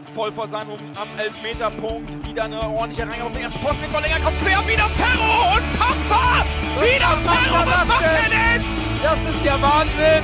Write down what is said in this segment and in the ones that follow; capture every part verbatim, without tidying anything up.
voll vor seinem am Elfmeterpunkt. Wieder eine ordentliche Reihe auf den ersten Pfosten. Mit Verlänger kommt quer. Wieder Ferro. Unfassbar. Was wieder Ferro. Was macht er denn? Das ist ja Wahnsinn.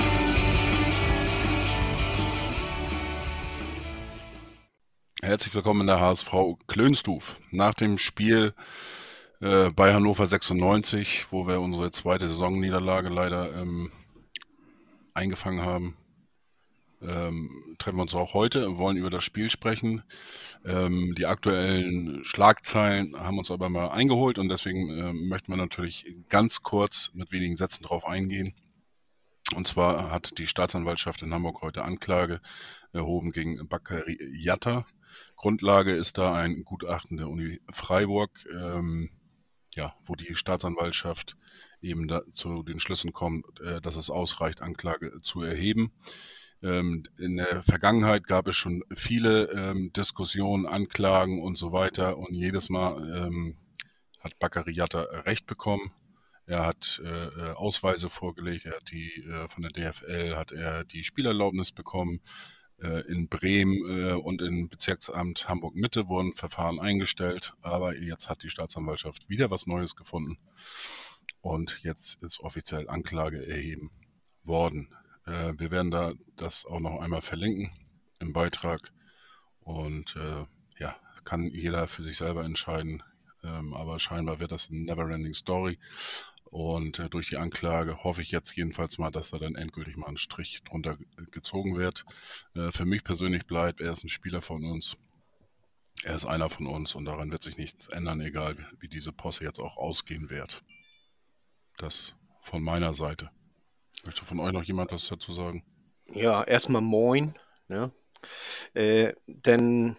Herzlich willkommen in der H S V Klönstuf. Nach dem Spiel äh, bei Hannover sechsundneunzig, wo wir unsere zweite Saisonniederlage leider ähm, eingefangen haben, ähm, treffen wir uns auch heute und wollen über das Spiel sprechen. Ähm, die aktuellen Schlagzeilen haben uns aber mal eingeholt und deswegen äh, möchten wir natürlich ganz kurz mit wenigen Sätzen drauf eingehen. Und zwar hat die Staatsanwaltschaft in Hamburg heute Anklage erhoben gegen Bakary Yatta. Grundlage ist da ein Gutachten der Uni Freiburg, ähm, ja, wo die Staatsanwaltschaft eben da zu den Schlüssen kommt, äh, dass es ausreicht, Anklage zu erheben. Ähm, in der Vergangenheit gab es schon viele ähm, Diskussionen, Anklagen und so weiter und jedes Mal ähm, hat Bakary Yatta Recht bekommen. Er hat äh, Ausweise vorgelegt, er hat die äh, von der D F L hat er die Spielerlaubnis bekommen. Äh, in Bremen äh, und im Bezirksamt Hamburg-Mitte wurden Verfahren eingestellt, aber jetzt hat die Staatsanwaltschaft wieder was Neues gefunden und jetzt ist offiziell Anklage erheben worden. Äh, wir werden da das auch noch einmal verlinken im Beitrag und äh, ja, kann jeder für sich selber entscheiden, ähm, aber scheinbar wird das eine never-ending Story. Und äh, durch die Anklage hoffe ich jetzt jedenfalls mal, dass da dann endgültig mal ein Strich drunter gezogen wird. Äh, für mich persönlich bleibt, er ist ein Spieler von uns. Er ist einer von uns und daran wird sich nichts ändern, egal wie diese Posse jetzt auch ausgehen wird. Das von meiner Seite. Möchte von euch noch jemand was dazu sagen? Ja, erstmal moin. Ne? Äh, denn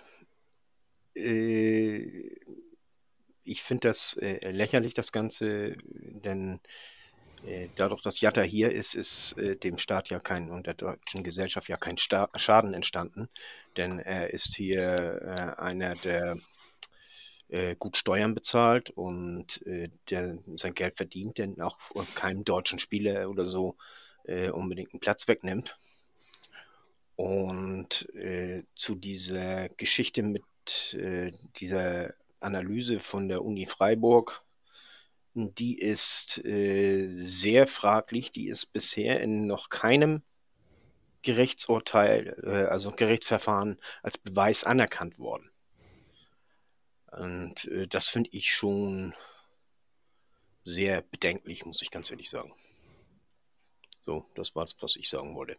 äh, ich finde das äh, lächerlich, das Ganze, denn äh, dadurch, dass Yatta hier ist, ist äh, dem Staat ja kein und der deutschen Gesellschaft ja kein Sta- Schaden entstanden, denn er ist hier äh, einer, der äh, gut Steuern bezahlt und äh, der sein Geld verdient, denn auch keinem deutschen Spieler oder so äh, unbedingt einen Platz wegnimmt. Und äh, zu dieser Geschichte mit äh, dieser Analyse von der Uni Freiburg, die ist äh, sehr fraglich, die ist bisher in noch keinem Gerichtsurteil, äh, also Gerichtsverfahren als Beweis anerkannt worden. Und äh, das finde ich schon sehr bedenklich, muss ich ganz ehrlich sagen. So, das war es, was ich sagen wollte.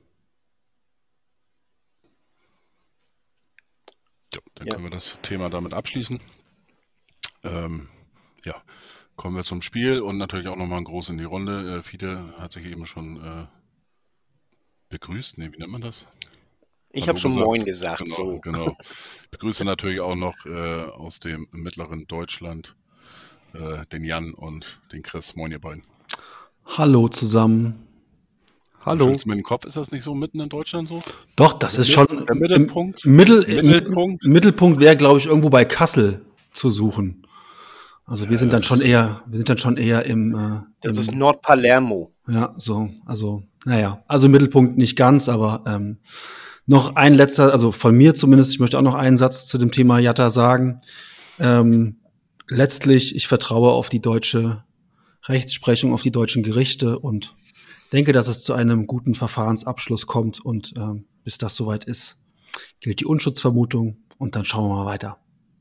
Ja, dann Ja. können wir das Thema damit abschließen. Ähm, ja, kommen wir zum Spiel und natürlich auch nochmal ein Groß in die Runde. Äh, Fiete hat sich eben schon äh, begrüßt. Nee, wie nennt man das? Ich Hallo habe schon gesagt. Moin gesagt. Genau, So. genau. Ich begrüße natürlich auch noch äh, aus dem mittleren Deutschland äh, den Jan und den Chris. Moin, ihr beiden. Hallo zusammen. Hallo. Schüttelst du mit dem Kopf, ist das nicht so mitten in Deutschland so? Doch, das Der ist Mittel- schon der im- Mittelpunkt? Im Mittel, Mittelpunkt? Im Mittelpunkt wäre, glaube ich, irgendwo bei Kassel zu suchen. Also wir Ja, sind dann das- schon eher, wir sind dann schon eher im, äh, Das im ist Nordpalermo. ja, so, also, naja, also Mittelpunkt nicht ganz, aber ähm, noch ein letzter, also von mir zumindest, ich möchte auch noch einen Satz zu dem Thema Yatta sagen. Ähm, letztlich, ich vertraue auf die deutsche Rechtsprechung, auf die deutschen Gerichte und denke, dass es zu einem guten Verfahrensabschluss kommt und ähm, bis das soweit ist, gilt die Unschuldsvermutung und dann schauen wir mal weiter.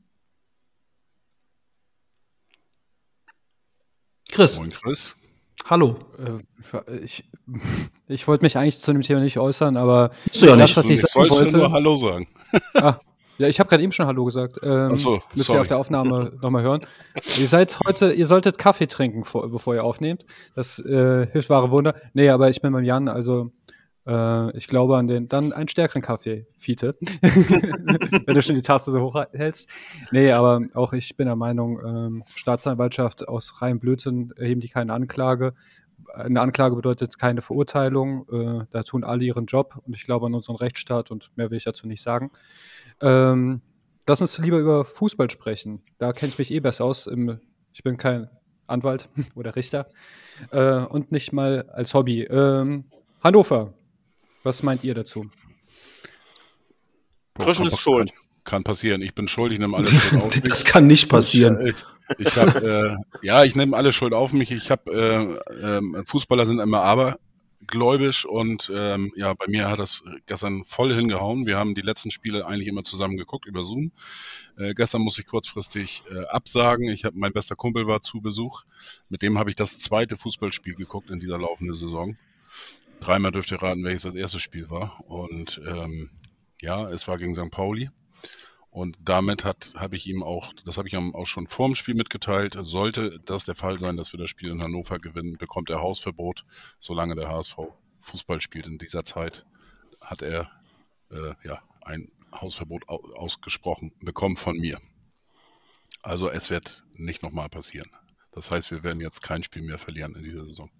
Chris, Moin, Chris. hallo. Äh, Ich, ich wollte mich eigentlich zu dem Thema nicht äußern, aber Musst du ja das, nicht. was ich Jetzt sagen sollst du nur wollte. Hallo sagen. Ah, ja, ich habe gerade eben schon Hallo gesagt. Ähm, Ach so, müsst sorry. ihr auf der Aufnahme nochmal hören. Ihr seid heute, ihr solltet Kaffee trinken, vor, bevor ihr aufnehmt. Das äh, hilft wahre Wunder. Nee, aber ich bin beim Jan, also äh, ich glaube an den, dann einen stärkeren Kaffee, Fiete. Wenn du schon die Taste so hoch hältst. Nee, aber auch ich bin der Meinung, ähm, Staatsanwaltschaft aus reinem Blödsinn erheben die keine Anklage. Eine Anklage bedeutet keine Verurteilung. Äh, da tun alle ihren Job und ich glaube an unseren Rechtsstaat und mehr will ich dazu nicht sagen. Ähm, lass uns lieber über Fußball sprechen. Da kenne ich mich eh besser aus. Im, ich bin kein Anwalt oder Richter äh, und nicht mal als Hobby. Ähm, Hannover, was meint ihr dazu? Kröschen ist schuld. Kann, kann passieren. Ich bin schuld, ich nehme alle Schuld auf mich. Das kann nicht passieren. Ich, ich, ich hab, äh, ja, ich nehme alle Schuld auf mich. Ich habe äh, äh, Fußballer sind immer abergläubisch und ähm, ja, bei mir hat das gestern voll hingehauen. Wir haben die letzten Spiele eigentlich immer zusammen geguckt über Zoom. Äh, gestern musste ich kurzfristig äh, absagen. Ich habe mein bester Kumpel war zu Besuch. Mit dem habe ich das zweite Fußballspiel geguckt in dieser laufenden Saison. Dreimal dürft ihr raten, welches das erste Spiel war. Und ähm, ja, es war gegen Sankt Pauli. Und damit hat habe ich ihm auch, das habe ich ihm auch schon vor dem Spiel mitgeteilt, sollte das der Fall sein, dass wir das Spiel in Hannover gewinnen, bekommt er Hausverbot, solange der H S V Fußball spielt. In dieser Zeit hat er äh, ja ein Hausverbot au- ausgesprochen bekommen von mir. Also es wird nicht nochmal passieren. Das heißt, wir werden jetzt kein Spiel mehr verlieren in dieser Saison.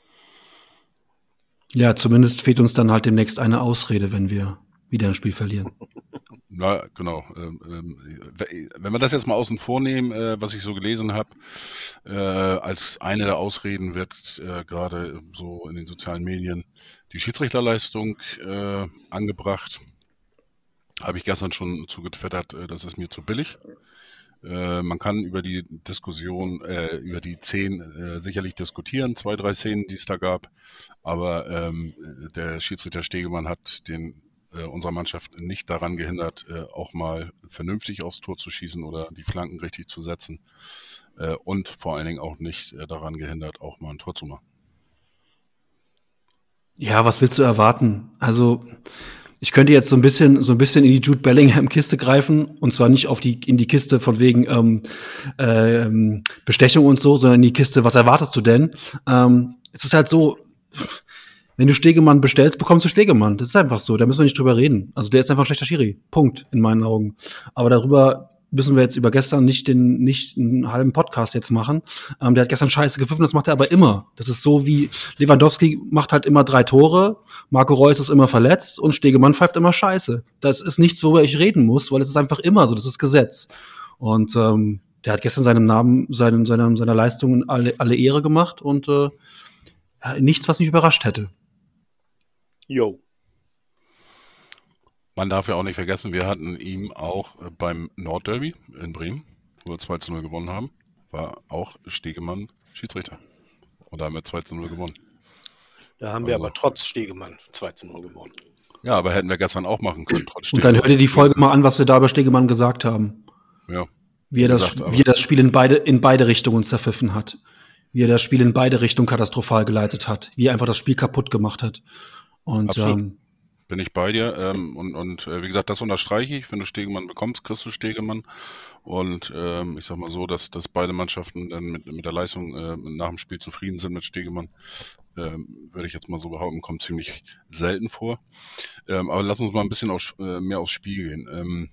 Ja, zumindest fehlt uns dann halt demnächst eine Ausrede, wenn wir wieder ein Spiel verlieren. Na, genau. Ähm, ähm, wenn wir das jetzt mal außen vor nehmen, äh, was ich so gelesen habe, äh, als eine der Ausreden wird äh, gerade so in den sozialen Medien die Schiedsrichterleistung äh, angebracht. Habe ich gestern schon zugetwittert, äh, das ist mir zu billig. Äh, man kann über die Diskussion, äh, über die zehn äh, sicherlich diskutieren, zwei, drei Szenen, die es da gab. Aber ähm, der Schiedsrichter Stegemann hat den äh, unserer Mannschaft nicht daran gehindert, äh, auch mal vernünftig aufs Tor zu schießen oder die Flanken richtig zu setzen. Äh, und vor allen Dingen auch nicht äh, daran gehindert, auch mal ein Tor zu machen. Ja, was willst du erwarten? Also, ich könnte jetzt so ein bisschen, so ein bisschen in die Jude Bellingham-Kiste greifen, und zwar nicht auf die, in die Kiste von wegen ähm, ähm, Bestechung und so, sondern in die Kiste, was erwartest du denn? Ähm, es ist halt so, wenn du Stegemann bestellst, bekommst du Stegemann. Das ist einfach so, da müssen wir nicht drüber reden. Also der ist einfach ein schlechter Schiri. Punkt, in meinen Augen. Aber darüber müssen wir jetzt über gestern nicht den, nicht einen halben Podcast jetzt machen. Ähm, der hat gestern scheiße gepfiffen, das macht er aber immer. Das ist so wie Lewandowski macht halt immer drei Tore, Marco Reus ist immer verletzt und Stegemann pfeift immer scheiße. Das ist nichts, worüber ich reden muss, weil es ist einfach immer so, das ist Gesetz. Und ähm, der hat gestern seinem Namen, seinen, seiner, seiner Leistungen alle, alle Ehre gemacht und äh, nichts, was mich überrascht hätte. Jo. Man darf ja auch nicht vergessen, wir hatten ihm auch beim Nordderby in Bremen, wo wir zwei zu null gewonnen haben, war auch Stegemann Schiedsrichter. Und da haben wir zwei zu null gewonnen. Da haben wir Also, aber trotz Stegemann zwei zu null gewonnen. ja, aber hätten wir gestern auch machen können. Trotz Und dann hör Stegemann. dir die Folge mal an, was wir da über Stegemann gesagt haben. Ja, Wie er das, gesagt, aber- wie er das Spiel in beide, in beide Richtungen zerpfiffen hat. Wie er das Spiel in beide Richtungen katastrophal geleitet hat. Wie er einfach das Spiel kaputt gemacht hat. Und Absolut. ähm, bin ich bei dir. Ähm, und und äh, wie gesagt, das unterstreiche ich. Wenn du Stegemann bekommst, kriegst du Stegemann. Und ähm, ich sag mal so, dass, dass beide Mannschaften dann mit, mit der Leistung äh, nach dem Spiel zufrieden sind mit Stegemann. Ähm, würde ich jetzt mal so behaupten, kommt ziemlich selten vor. Ähm, aber lass uns mal ein bisschen aus, äh, mehr aufs Spiel gehen. Ähm,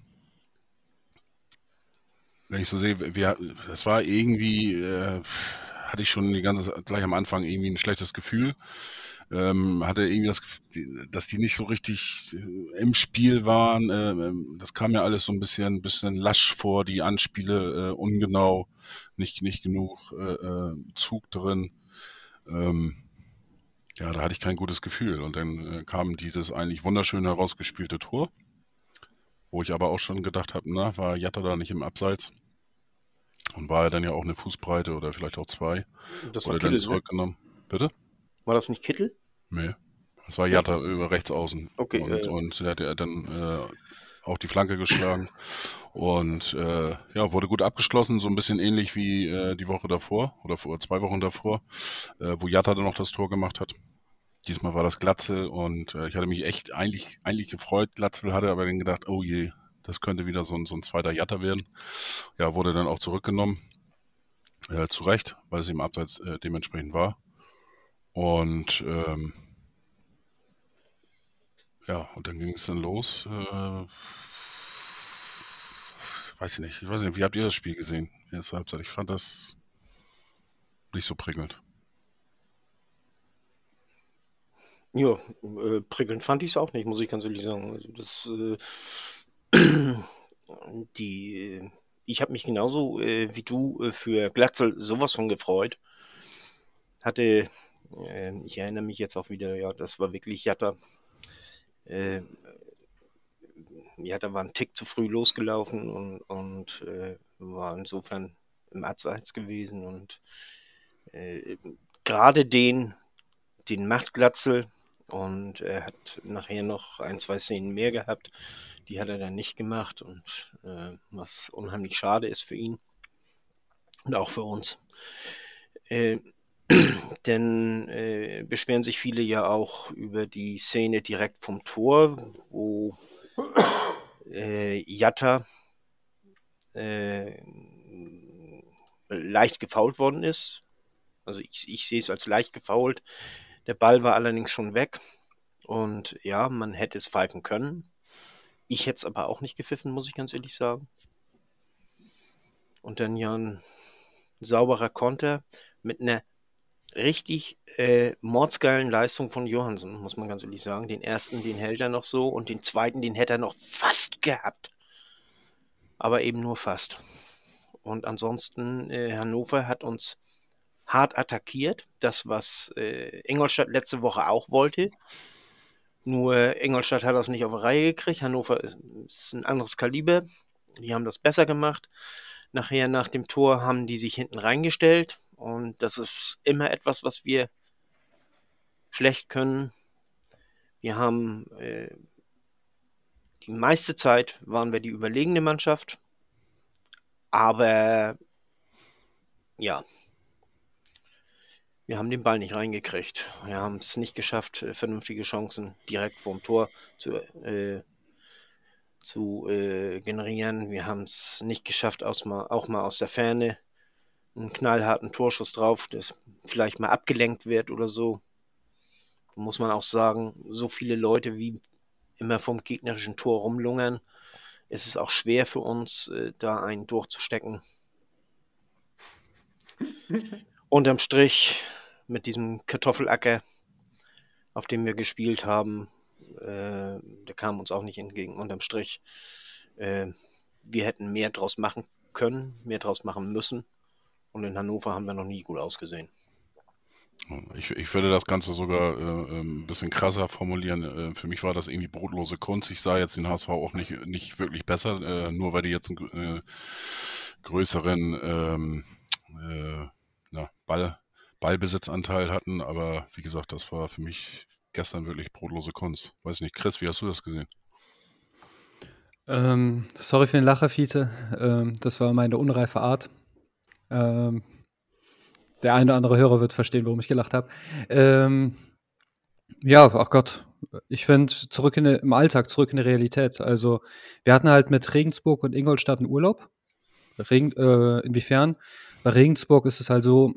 wenn ich so sehe, wir, das war irgendwie, äh, hatte ich schon die ganze gleich am Anfang irgendwie ein schlechtes Gefühl. Ähm, hatte irgendwie das Gefühl, dass die nicht so richtig äh, im Spiel waren. Ähm, das kam mir alles so ein bisschen, bisschen lasch vor, die Anspiele äh, ungenau, nicht, nicht genug äh, äh, Zug drin. Ähm, ja, da hatte ich kein gutes Gefühl. Und dann äh, kam dieses eigentlich wunderschön herausgespielte Tor, wo ich aber auch schon gedacht habe, na, war Jatta da nicht im Abseits? Und war er dann ja auch eine Fußbreite oder vielleicht auch zwei? Das war Wurde dann Kittel, ne? zurückgenommen. Bitte? War das nicht Kittel? Nee. Das war Jatta über rechts außen. Okay, Und, äh. und er hat ja dann äh, auch die Flanke geschlagen. Und äh, ja, wurde gut abgeschlossen, so ein bisschen ähnlich wie äh, die Woche davor oder vor zwei Wochen davor, äh, wo Jatta dann noch das Tor gemacht hat. Diesmal war das Glatzel und äh, ich hatte mich echt eigentlich, eigentlich gefreut. Glatzel hatte aber dann gedacht, oh je, das könnte wieder so ein, so ein zweiter Jatta werden. Ja, wurde dann auch zurückgenommen. Äh, zu Recht, weil es im Abseits äh, dementsprechend war. Und ähm, ja, und dann ging es dann los. Äh, weiß ich nicht, ich weiß nicht, wie habt ihr das Spiel gesehen? Erste Halbzeit. Ich fand das nicht so prickelnd. Ja, äh, prickelnd fand ich es auch nicht, muss ich ganz ehrlich sagen. Also das, äh, die, ich habe mich genauso äh, wie du äh, für Glatzel sowas von gefreut. Hatte, äh, ich erinnere mich jetzt auch wieder, ja, das war wirklich Jatta. Äh, ja, da war ein Tick zu früh losgelaufen und, und äh, war insofern im Abseits gewesen. Und äh, gerade den, den macht Glatzel, und er hat nachher noch ein, zwei Szenen mehr gehabt. Die hat er dann nicht gemacht, und äh, was unheimlich schade ist für ihn und auch für uns. Äh, denn äh, beschweren sich viele ja auch über die Szene direkt vom Tor, wo äh, Jatta äh, leicht gefoult worden ist. Also ich, ich sehe es als leicht gefoult. Der Ball war allerdings schon weg, und ja, man hätte es pfeifen können. Ich hätte es aber auch nicht gepfiffen, muss ich ganz ehrlich sagen. Und dann ja ein sauberer Konter mit einer richtig äh, mordsgeilen Leistung von Johansen, muss man ganz ehrlich sagen. Den ersten, den hält er noch so, und den zweiten, den hätte er noch fast gehabt. Aber eben nur fast. Und ansonsten, äh, Hannover hat uns hart attackiert. Das, was äh, Ingolstadt letzte Woche auch wollte. Nur Ingolstadt hat das nicht auf die Reihe gekriegt. Hannover ist, ist ein anderes Kaliber. Die haben das besser gemacht. Nachher, nach dem Tor, haben die sich hinten reingestellt. Und das ist immer etwas, was wir schlecht können. Wir haben äh, die meiste Zeit waren wir die überlegene Mannschaft. Aber ja, wir haben den Ball nicht reingekriegt. Wir haben es nicht geschafft, vernünftige Chancen direkt vorm Tor zu, äh, zu äh, generieren. Wir haben es nicht geschafft, aus mal, auch mal aus der Ferne einen knallharten Torschuss drauf, das vielleicht mal abgelenkt wird oder so. Da muss man auch sagen, so viele Leute wie immer vom gegnerischen Tor rumlungern, ist es auch schwer für uns, äh, da einen durchzustecken. Unterm Strich, mit diesem Kartoffelacker, auf dem wir gespielt haben, äh, der kam uns auch nicht entgegen. Unterm Strich, äh, wir hätten mehr draus machen können, mehr draus machen müssen. Und in Hannover haben wir noch nie gut ausgesehen. Ich, ich würde das Ganze sogar äh, ein bisschen krasser formulieren. Äh, für mich war das irgendwie brotlose Kunst. Ich sah jetzt den H S V auch nicht, nicht wirklich besser, äh, nur weil die jetzt einen äh, größeren ähm, äh, na, Ball, Ballbesitzanteil hatten. Aber wie gesagt, das war für mich gestern wirklich brotlose Kunst. Weiß nicht, Chris, wie hast du das gesehen? Ähm, sorry für den Lacher, Fiete. Ähm, das war meine unreife Art. Ähm, der eine oder andere Hörer wird verstehen, warum ich gelacht habe. Ähm, ja, ach Gott, ich finde, zurück in der, im Alltag, zurück in die Realität. Also, wir hatten halt mit Regensburg und Ingolstadt einen Urlaub. Regen, äh, inwiefern? Bei Regensburg ist es halt so,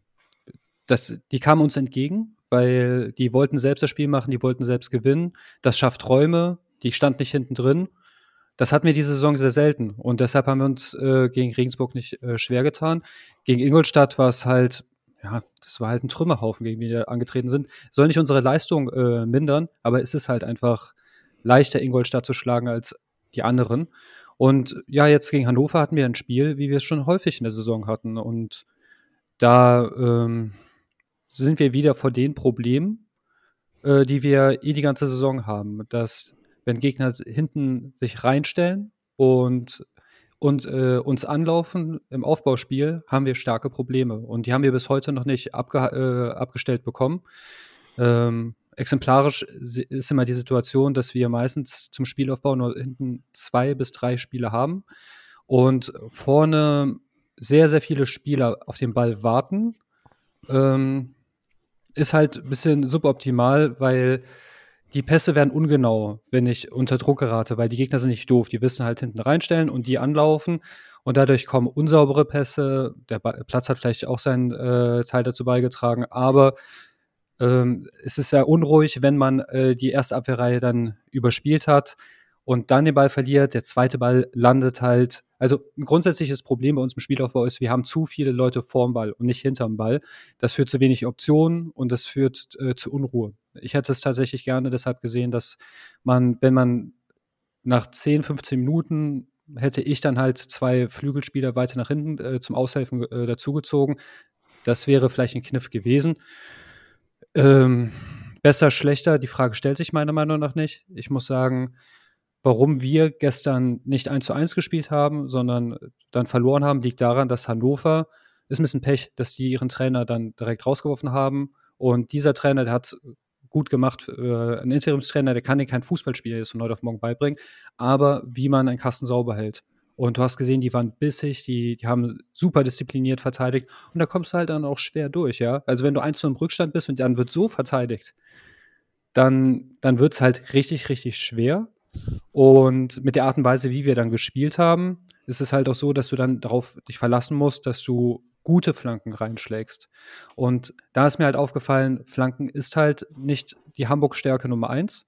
dass die kamen uns entgegen, weil die wollten selbst das Spiel machen, die wollten selbst gewinnen. Das schafft Räume, die stand nicht hinten drin. Das hatten wir diese Saison sehr selten, und deshalb haben wir uns äh, gegen Regensburg nicht äh, schwer getan. Gegen Ingolstadt war es halt, ja, das war halt ein Trümmerhaufen, gegen den wir angetreten sind. Soll nicht unsere Leistung äh, mindern, aber es ist halt einfach leichter, Ingolstadt zu schlagen als die anderen. Und ja, jetzt gegen Hannover hatten wir ein Spiel, wie wir es schon häufig in der Saison hatten. Und da ähm, sind wir wieder vor den Problemen, äh, die wir eh die ganze Saison haben. Dass, wenn Gegner hinten sich reinstellen und, und äh, uns anlaufen im Aufbauspiel, haben wir starke Probleme. Und die haben wir bis heute noch nicht abge- äh, abgestellt bekommen. Ähm, exemplarisch ist immer die Situation, dass wir meistens zum Spielaufbau nur hinten zwei bis drei Spieler haben und vorne sehr, sehr viele Spieler auf den Ball warten. Ähm, ist halt ein bisschen suboptimal, weil die Pässe werden ungenau, wenn ich unter Druck gerate, weil die Gegner sind nicht doof. Die wissen halt hinten reinstellen und die anlaufen, und dadurch kommen unsaubere Pässe. Der ba- Platz hat vielleicht auch seinen äh, Teil dazu beigetragen, aber ähm, es ist sehr unruhig, wenn man äh, die erste Abwehrreihe dann überspielt hat und dann den Ball verliert. Der zweite Ball landet halt. Also ein grundsätzliches Problem bei uns im Spielaufbau ist, wir haben zu viele Leute vorm Ball und nicht hinterm Ball. Das führt zu wenig Optionen, und das führt äh, zu Unruhe. Ich hätte es tatsächlich gerne deshalb gesehen, dass man, wenn man nach zehn, fünfzehn Minuten hätte ich dann halt zwei Flügelspieler weiter nach hinten äh, zum Aushelfen äh, dazugezogen. Das wäre vielleicht ein Kniff gewesen. Ähm, besser, schlechter, die Frage stellt sich meiner Meinung nach nicht. Ich muss sagen, warum wir gestern nicht eins zu eins gespielt haben, sondern dann verloren haben, liegt daran, dass Hannover, ist ein bisschen Pech, dass die ihren Trainer dann direkt rausgeworfen haben. Und dieser Trainer, der hat gut gemacht, äh, ein Interimstrainer, der kann dir kein Fußballspiel jetzt von heute auf morgen beibringen, aber wie man einen Kasten sauber hält. Und du hast gesehen, die waren bissig, die, die haben super diszipliniert verteidigt. Und da kommst du halt dann auch schwer durch, ja. Also wenn du eins zu im Rückstand bist und dann wird so verteidigt, dann, dann wird es halt richtig, richtig schwer. Und mit der Art und Weise, wie wir dann gespielt haben, ist es halt auch so, dass du dann darauf dich verlassen musst, dass du gute Flanken reinschlägst. Und da ist mir halt aufgefallen, Flanken ist halt nicht die Hamburg-Stärke Nummer eins.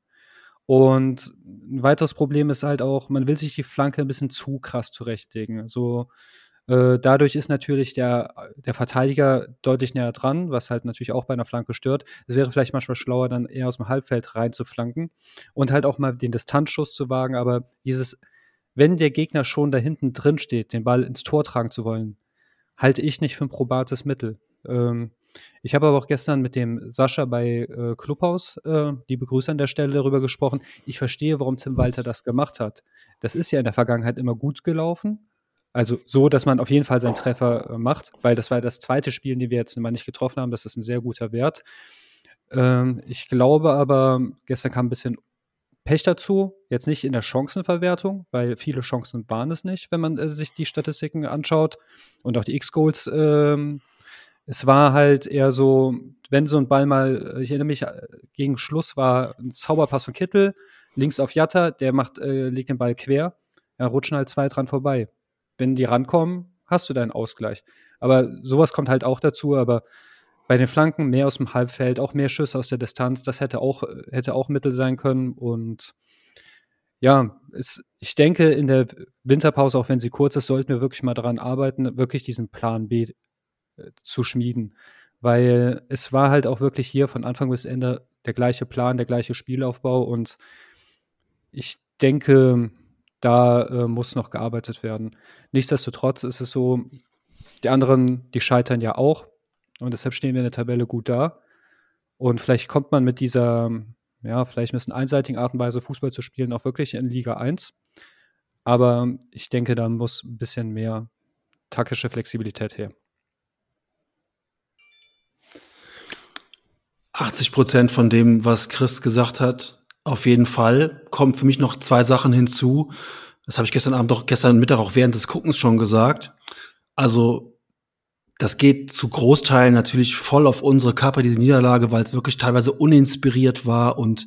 Und ein weiteres Problem ist halt auch, man will sich die Flanke ein bisschen zu krass zurechtlegen. Also äh, dadurch ist natürlich der, der Verteidiger deutlich näher dran, was halt natürlich auch bei einer Flanke stört. Es wäre vielleicht manchmal schlauer, dann eher aus dem Halbfeld rein zu flanken und halt auch mal den Distanzschuss zu wagen. Aber dieses, wenn der Gegner schon da hinten drin steht, den Ball ins Tor tragen zu wollen, halte ich nicht für ein probates Mittel. Ähm, ich habe aber auch gestern mit dem Sascha bei äh, Clubhaus, äh, liebe Grüße an der Stelle, darüber gesprochen. Ich verstehe, warum Tim Walter das gemacht hat. Das ist ja in der Vergangenheit immer gut gelaufen. Also so, dass man auf jeden Fall seinen Treffer äh, macht, weil das war das zweite Spiel, in dem wir jetzt mal nicht getroffen haben. Das ist ein sehr guter Wert. Ähm, ich glaube aber, gestern kam ein bisschen Pech dazu, jetzt nicht in der Chancenverwertung, weil viele Chancen waren es nicht, wenn man äh, sich die Statistiken anschaut und auch die X-Goals. Ähm, es war halt eher so, wenn so ein Ball mal, ich erinnere mich, gegen Schluss war ein Zauberpass von Kittel, links auf Jatta, der macht, äh, legt den Ball quer, da rutschen halt zwei dran vorbei. Wenn die rankommen, hast du deinen Ausgleich. Aber sowas kommt halt auch dazu, aber bei den Flanken mehr aus dem Halbfeld, auch mehr Schüsse aus der Distanz, das hätte auch, hätte auch Mittel sein können. Und ja, es, ich denke, in der Winterpause, auch wenn sie kurz ist, sollten wir wirklich mal daran arbeiten, wirklich diesen Plan B äh, zu schmieden. Weil es war halt auch wirklich hier von Anfang bis Ende der gleiche Plan, der gleiche Spielaufbau. Und ich denke, da äh, muss noch gearbeitet werden. Nichtsdestotrotz ist es so, die anderen, die scheitern ja auch. Und deshalb stehen wir in der Tabelle gut da. Und vielleicht kommt man mit dieser, ja, vielleicht ein bisschen einseitigen Art und Weise, Fußball zu spielen, auch wirklich in Liga eins. Aber ich denke, da muss ein bisschen mehr taktische Flexibilität her. achtzig Prozent von dem, was Chris gesagt hat, auf jeden Fall. Kommt für mich noch zwei Sachen hinzu. Das habe ich gestern Abend auch, gestern Mittag auch während des Guckens schon gesagt. Also, das geht zu Großteilen natürlich voll auf unsere Kappe, diese Niederlage, weil es wirklich teilweise uninspiriert war und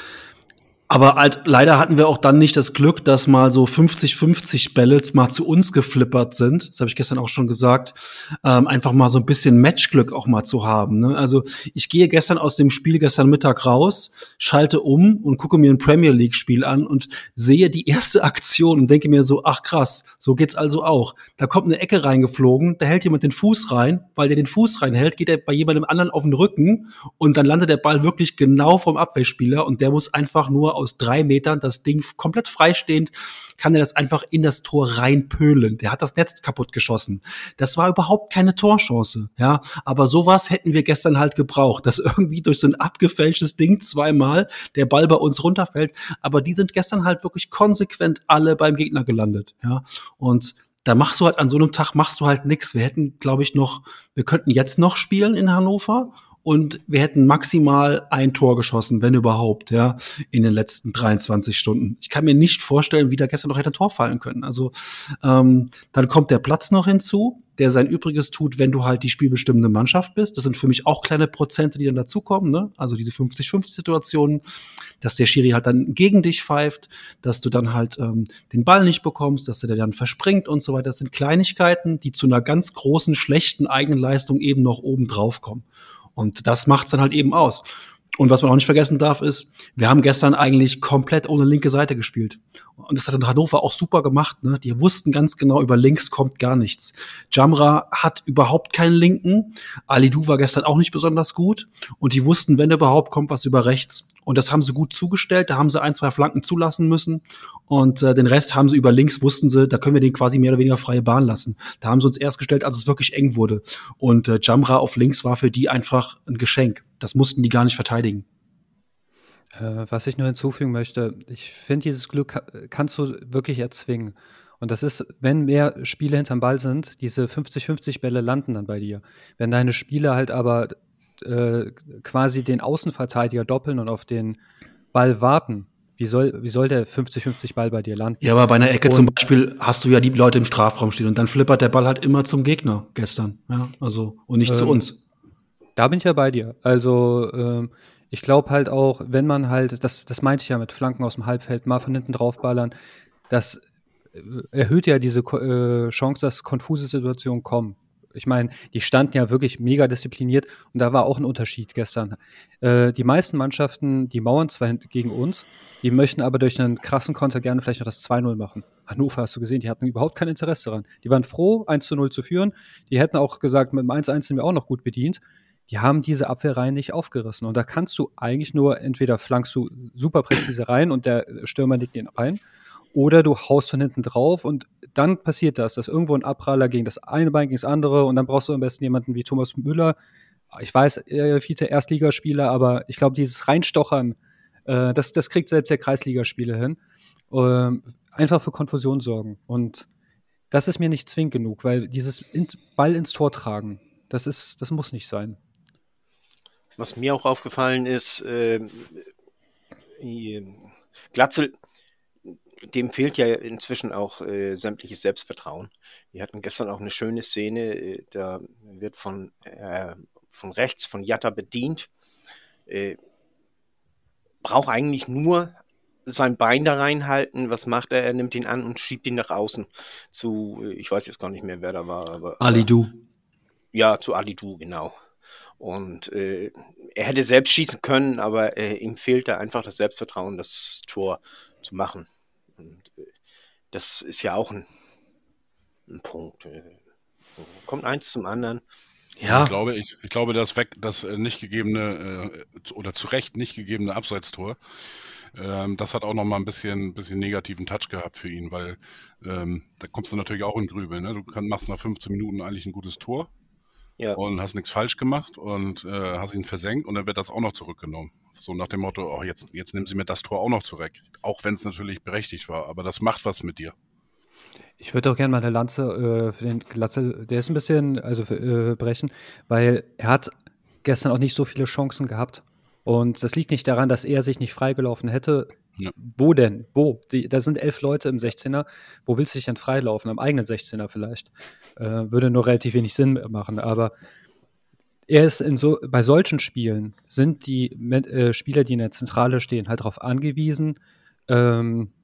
aber halt, leider hatten wir auch dann nicht das Glück, dass mal so fünfzig fünfzig Bälle mal zu uns geflippert sind. Das habe ich gestern auch schon gesagt. Ähm, einfach mal so ein bisschen Matchglück auch mal zu haben. Ne? Also ich gehe gestern aus dem Spiel gestern Mittag raus, schalte um und gucke mir ein Premier League Spiel an und sehe die erste Aktion und denke mir so, ach krass, so geht's also auch. Da kommt eine Ecke reingeflogen, da hält jemand den Fuß rein, weil der den Fuß reinhält, geht er bei jemandem anderen auf den Rücken und dann landet der Ball wirklich genau vom Abwehrspieler und der muss einfach nur aus drei Metern das Ding komplett freistehend, kann er das einfach in das Tor reinpölen. Der hat das Netz kaputt geschossen. Das war überhaupt keine Torchance, ja. Aber sowas hätten wir gestern halt gebraucht, dass irgendwie durch so ein abgefälschtes Ding zweimal der Ball bei uns runterfällt. Aber die sind gestern halt wirklich konsequent alle beim Gegner gelandet, ja. Und da machst du halt an so einem Tag machst du halt nichts. Wir hätten, glaube ich, noch, wir könnten jetzt noch spielen in Hannover. Und wir hätten maximal ein Tor geschossen, wenn überhaupt, ja, in den letzten dreiundzwanzig Stunden. Ich kann mir nicht vorstellen, wie da gestern noch hätte ein Tor fallen können. Also ähm, dann kommt der Platz noch hinzu, der sein Übriges tut, wenn du halt die spielbestimmende Mannschaft bist. Das sind für mich auch kleine Prozente, die dann dazukommen, ne? Also diese fünfzig fünfzig Situationen, dass der Schiri halt dann gegen dich pfeift, dass du dann halt ähm, den Ball nicht bekommst, dass der dann verspringt und so weiter. Das sind Kleinigkeiten, die zu einer ganz großen, schlechten Eigenleistung eben noch oben drauf kommen. Und das macht's dann halt eben aus. Und was man auch nicht vergessen darf, ist, wir haben gestern eigentlich komplett ohne linke Seite gespielt. Und das hat in Hannover auch super gemacht, ne? Die wussten ganz genau, über links kommt gar nichts. Jamra hat überhaupt keinen Linken. Alidou war gestern auch nicht besonders gut. Und die wussten, wenn überhaupt, kommt was über rechts. Und das haben sie gut zugestellt. Da haben sie ein, zwei Flanken zulassen müssen. Und äh, den Rest haben sie über links, wussten sie, da können wir den quasi mehr oder weniger freie Bahn lassen. Da haben sie uns erst gestellt, als es wirklich eng wurde. Und äh, Jamra auf links war für die einfach ein Geschenk. Das mussten die gar nicht verteidigen. Äh, was ich nur hinzufügen möchte, ich finde, dieses Glück ka- kannst du wirklich erzwingen. Und das ist, wenn mehr Spiele hinterm Ball sind, diese fünfzig fünfzig Bälle landen dann bei dir. Wenn deine Spieler halt aber äh, quasi den Außenverteidiger doppeln und auf den Ball warten, wie soll, wie soll der fünfzig fünfzig Ball bei dir landen? Ja, aber bei einer Ecke Und- zum Beispiel hast du ja die Leute im Strafraum stehen und dann flippert der Ball halt immer zum Gegner gestern. Ja, also, und nicht zu Ähm, uns. Da bin ich ja bei dir. Also, ähm, ich glaube halt auch, wenn man halt, das, das meinte ich ja mit Flanken aus dem Halbfeld, mal von hinten draufballern, das äh, erhöht ja diese Ko- äh, Chance, dass konfuse Situationen kommen. Ich meine, die standen ja wirklich mega diszipliniert und da war auch ein Unterschied gestern. Äh, die meisten Mannschaften, die mauern zwar hint- gegen uns, die möchten aber durch einen krassen Konter gerne vielleicht noch das zwei null machen. Hannover hast du gesehen, die hatten überhaupt kein Interesse daran. Die waren froh, eins zu null zu führen. Die hätten auch gesagt, mit dem eins eins sind wir auch noch gut bedient. Die haben diese Abwehrreihen nicht aufgerissen. Und da kannst du eigentlich nur, entweder flankst du super präzise rein und der Stürmer legt ihn rein, oder du haust von hinten drauf und dann passiert das, dass irgendwo ein Abpraller gegen das eine Bein gegen das andere und dann brauchst du am besten jemanden wie Thomas Müller. Ich weiß, er Vize Erstligaspieler, aber ich glaube, dieses Reinstochern, äh, das, das kriegt selbst der Kreisligaspieler hin. Ähm, einfach für Konfusion sorgen. Und das ist mir nicht zwingend genug, weil dieses in, Ball ins Tor tragen, das ist, das muss nicht sein. Was mir auch aufgefallen ist, äh, Glatzel, dem fehlt ja inzwischen auch äh, sämtliches Selbstvertrauen. Wir hatten gestern auch eine schöne Szene, äh, da wird von, äh, von rechts von Jatta bedient, äh, braucht eigentlich nur sein Bein da reinhalten. Was macht er? Er nimmt ihn an und schiebt ihn nach außen zu, äh, ich weiß jetzt gar nicht mehr, wer da war. Aber, Ali Du. Ja, zu Ali Du, genau. Und äh, er hätte selbst schießen können, aber äh, ihm fehlte einfach das Selbstvertrauen, das Tor zu machen. Und äh, das ist ja auch ein, ein Punkt. Äh, kommt eins zum anderen. Ja, Ich glaube, ich, ich glaube, das weg, das äh, nicht gegebene äh, oder zu Recht nicht gegebene Abseitstor, ähm, das hat auch noch mal ein bisschen, bisschen negativen Touch gehabt für ihn, weil ähm, da kommst du natürlich auch in Grübeln. Ne? Du kann, machst nach fünfzehn Minuten eigentlich ein gutes Tor Ja, und hast nichts falsch gemacht und äh, hast ihn versenkt und dann wird das auch noch zurückgenommen. So nach dem Motto, oh, jetzt, jetzt nehmen sie mir das Tor auch noch zurück. Auch wenn es natürlich berechtigt war, aber das macht was mit dir. Ich würde auch gerne mal eine Lanze äh, für den Glatzel, der ist ein bisschen, also äh, brechen, weil er hat gestern auch nicht so viele Chancen gehabt. Und das liegt nicht daran, dass er sich nicht freigelaufen hätte. Ja. Wo denn? Wo? Die, da sind elf Leute im sechzehner. Wo willst du dich denn freilaufen? Am eigenen sechzehner vielleicht. Äh, würde nur relativ wenig Sinn machen. Aber er ist in so, bei solchen Spielen sind die äh, Spieler, die in der Zentrale stehen, halt darauf angewiesen, ähm,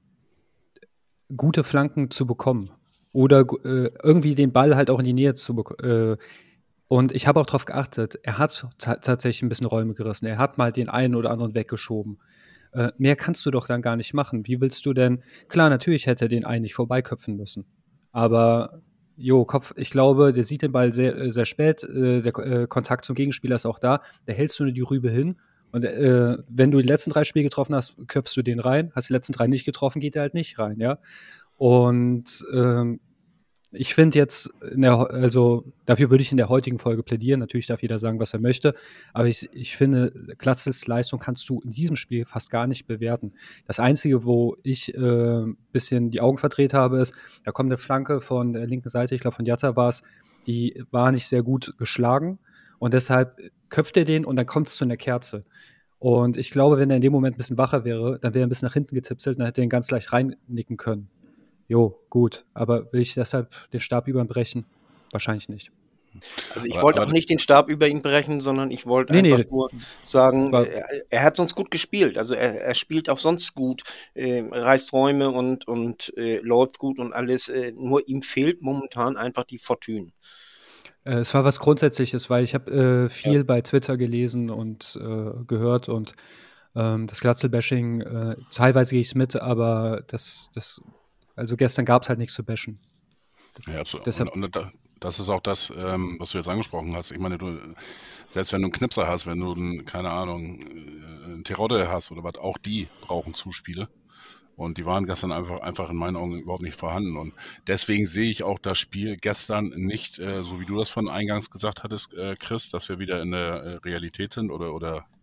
gute Flanken zu bekommen. Oder äh, irgendwie den Ball halt auch in die Nähe zu bekommen. Äh, und ich habe auch darauf geachtet, er hat ta- tatsächlich ein bisschen Räume gerissen. Er hat mal den einen oder anderen weggeschoben. Äh, mehr kannst du doch dann gar nicht machen. Wie willst du denn? Klar, natürlich hätte er den eigentlich vorbeiköpfen müssen. Aber, jo, Kopf, ich glaube, der sieht den Ball sehr, sehr spät. Äh, der äh, Kontakt zum Gegenspieler ist auch da. Da hältst du nur die Rübe hin. Und äh, wenn du die letzten drei Spiele getroffen hast, köpfst du den rein. Hast die letzten drei nicht getroffen, geht der halt nicht rein, ja. Und ähm, ich finde jetzt, in der, also dafür würde ich in der heutigen Folge plädieren. Natürlich darf jeder sagen, was er möchte. Aber ich, ich finde, Glatzels Leistung kannst du in diesem Spiel fast gar nicht bewerten. Das Einzige, wo ich ein äh, bisschen die Augen verdreht habe, ist, da kommt eine Flanke von der linken Seite, ich glaube von Jatta war es, die war nicht sehr gut geschlagen. Und deshalb köpft er den und dann kommt es zu einer Kerze. Und ich glaube, wenn er in dem Moment ein bisschen wacher wäre, dann wäre er ein bisschen nach hinten getipselt und dann hätte er ihn ganz leicht reinnicken können. Jo, gut. Aber will ich deshalb den Stab über ihn brechen? Wahrscheinlich nicht. Also ich Aber- wollte aber- auch nicht den Stab über ihn brechen, sondern ich wollte Nee, nee, einfach nur sagen, war- er, er hat sonst gut gespielt. Also er, er spielt auch sonst gut, äh, reißt Räume und, und äh, läuft gut und alles. Äh, nur ihm fehlt momentan einfach die Fortune. Äh, es war was Grundsätzliches, weil ich habe äh, viel bei Twitter gelesen und äh, gehört und ähm, das Glatzel-Bashing, äh, teilweise gehe ich es mit, aber das, das, also gestern gab es halt nichts zu bashen. Ja, absolut. Deshalb- und, und da- das ist auch das, ähm, was du jetzt angesprochen hast. Ich meine, du, selbst wenn du einen Knipser hast, wenn du einen, keine Ahnung, äh, einen Terodde hast oder was, auch die brauchen Zuspiele. Und die waren gestern einfach, einfach in meinen Augen überhaupt nicht vorhanden. Und deswegen sehe ich auch das Spiel gestern nicht, äh, so wie du das von eingangs gesagt hattest, äh, Chris, dass wir wieder in der äh, Realität sind oder, oder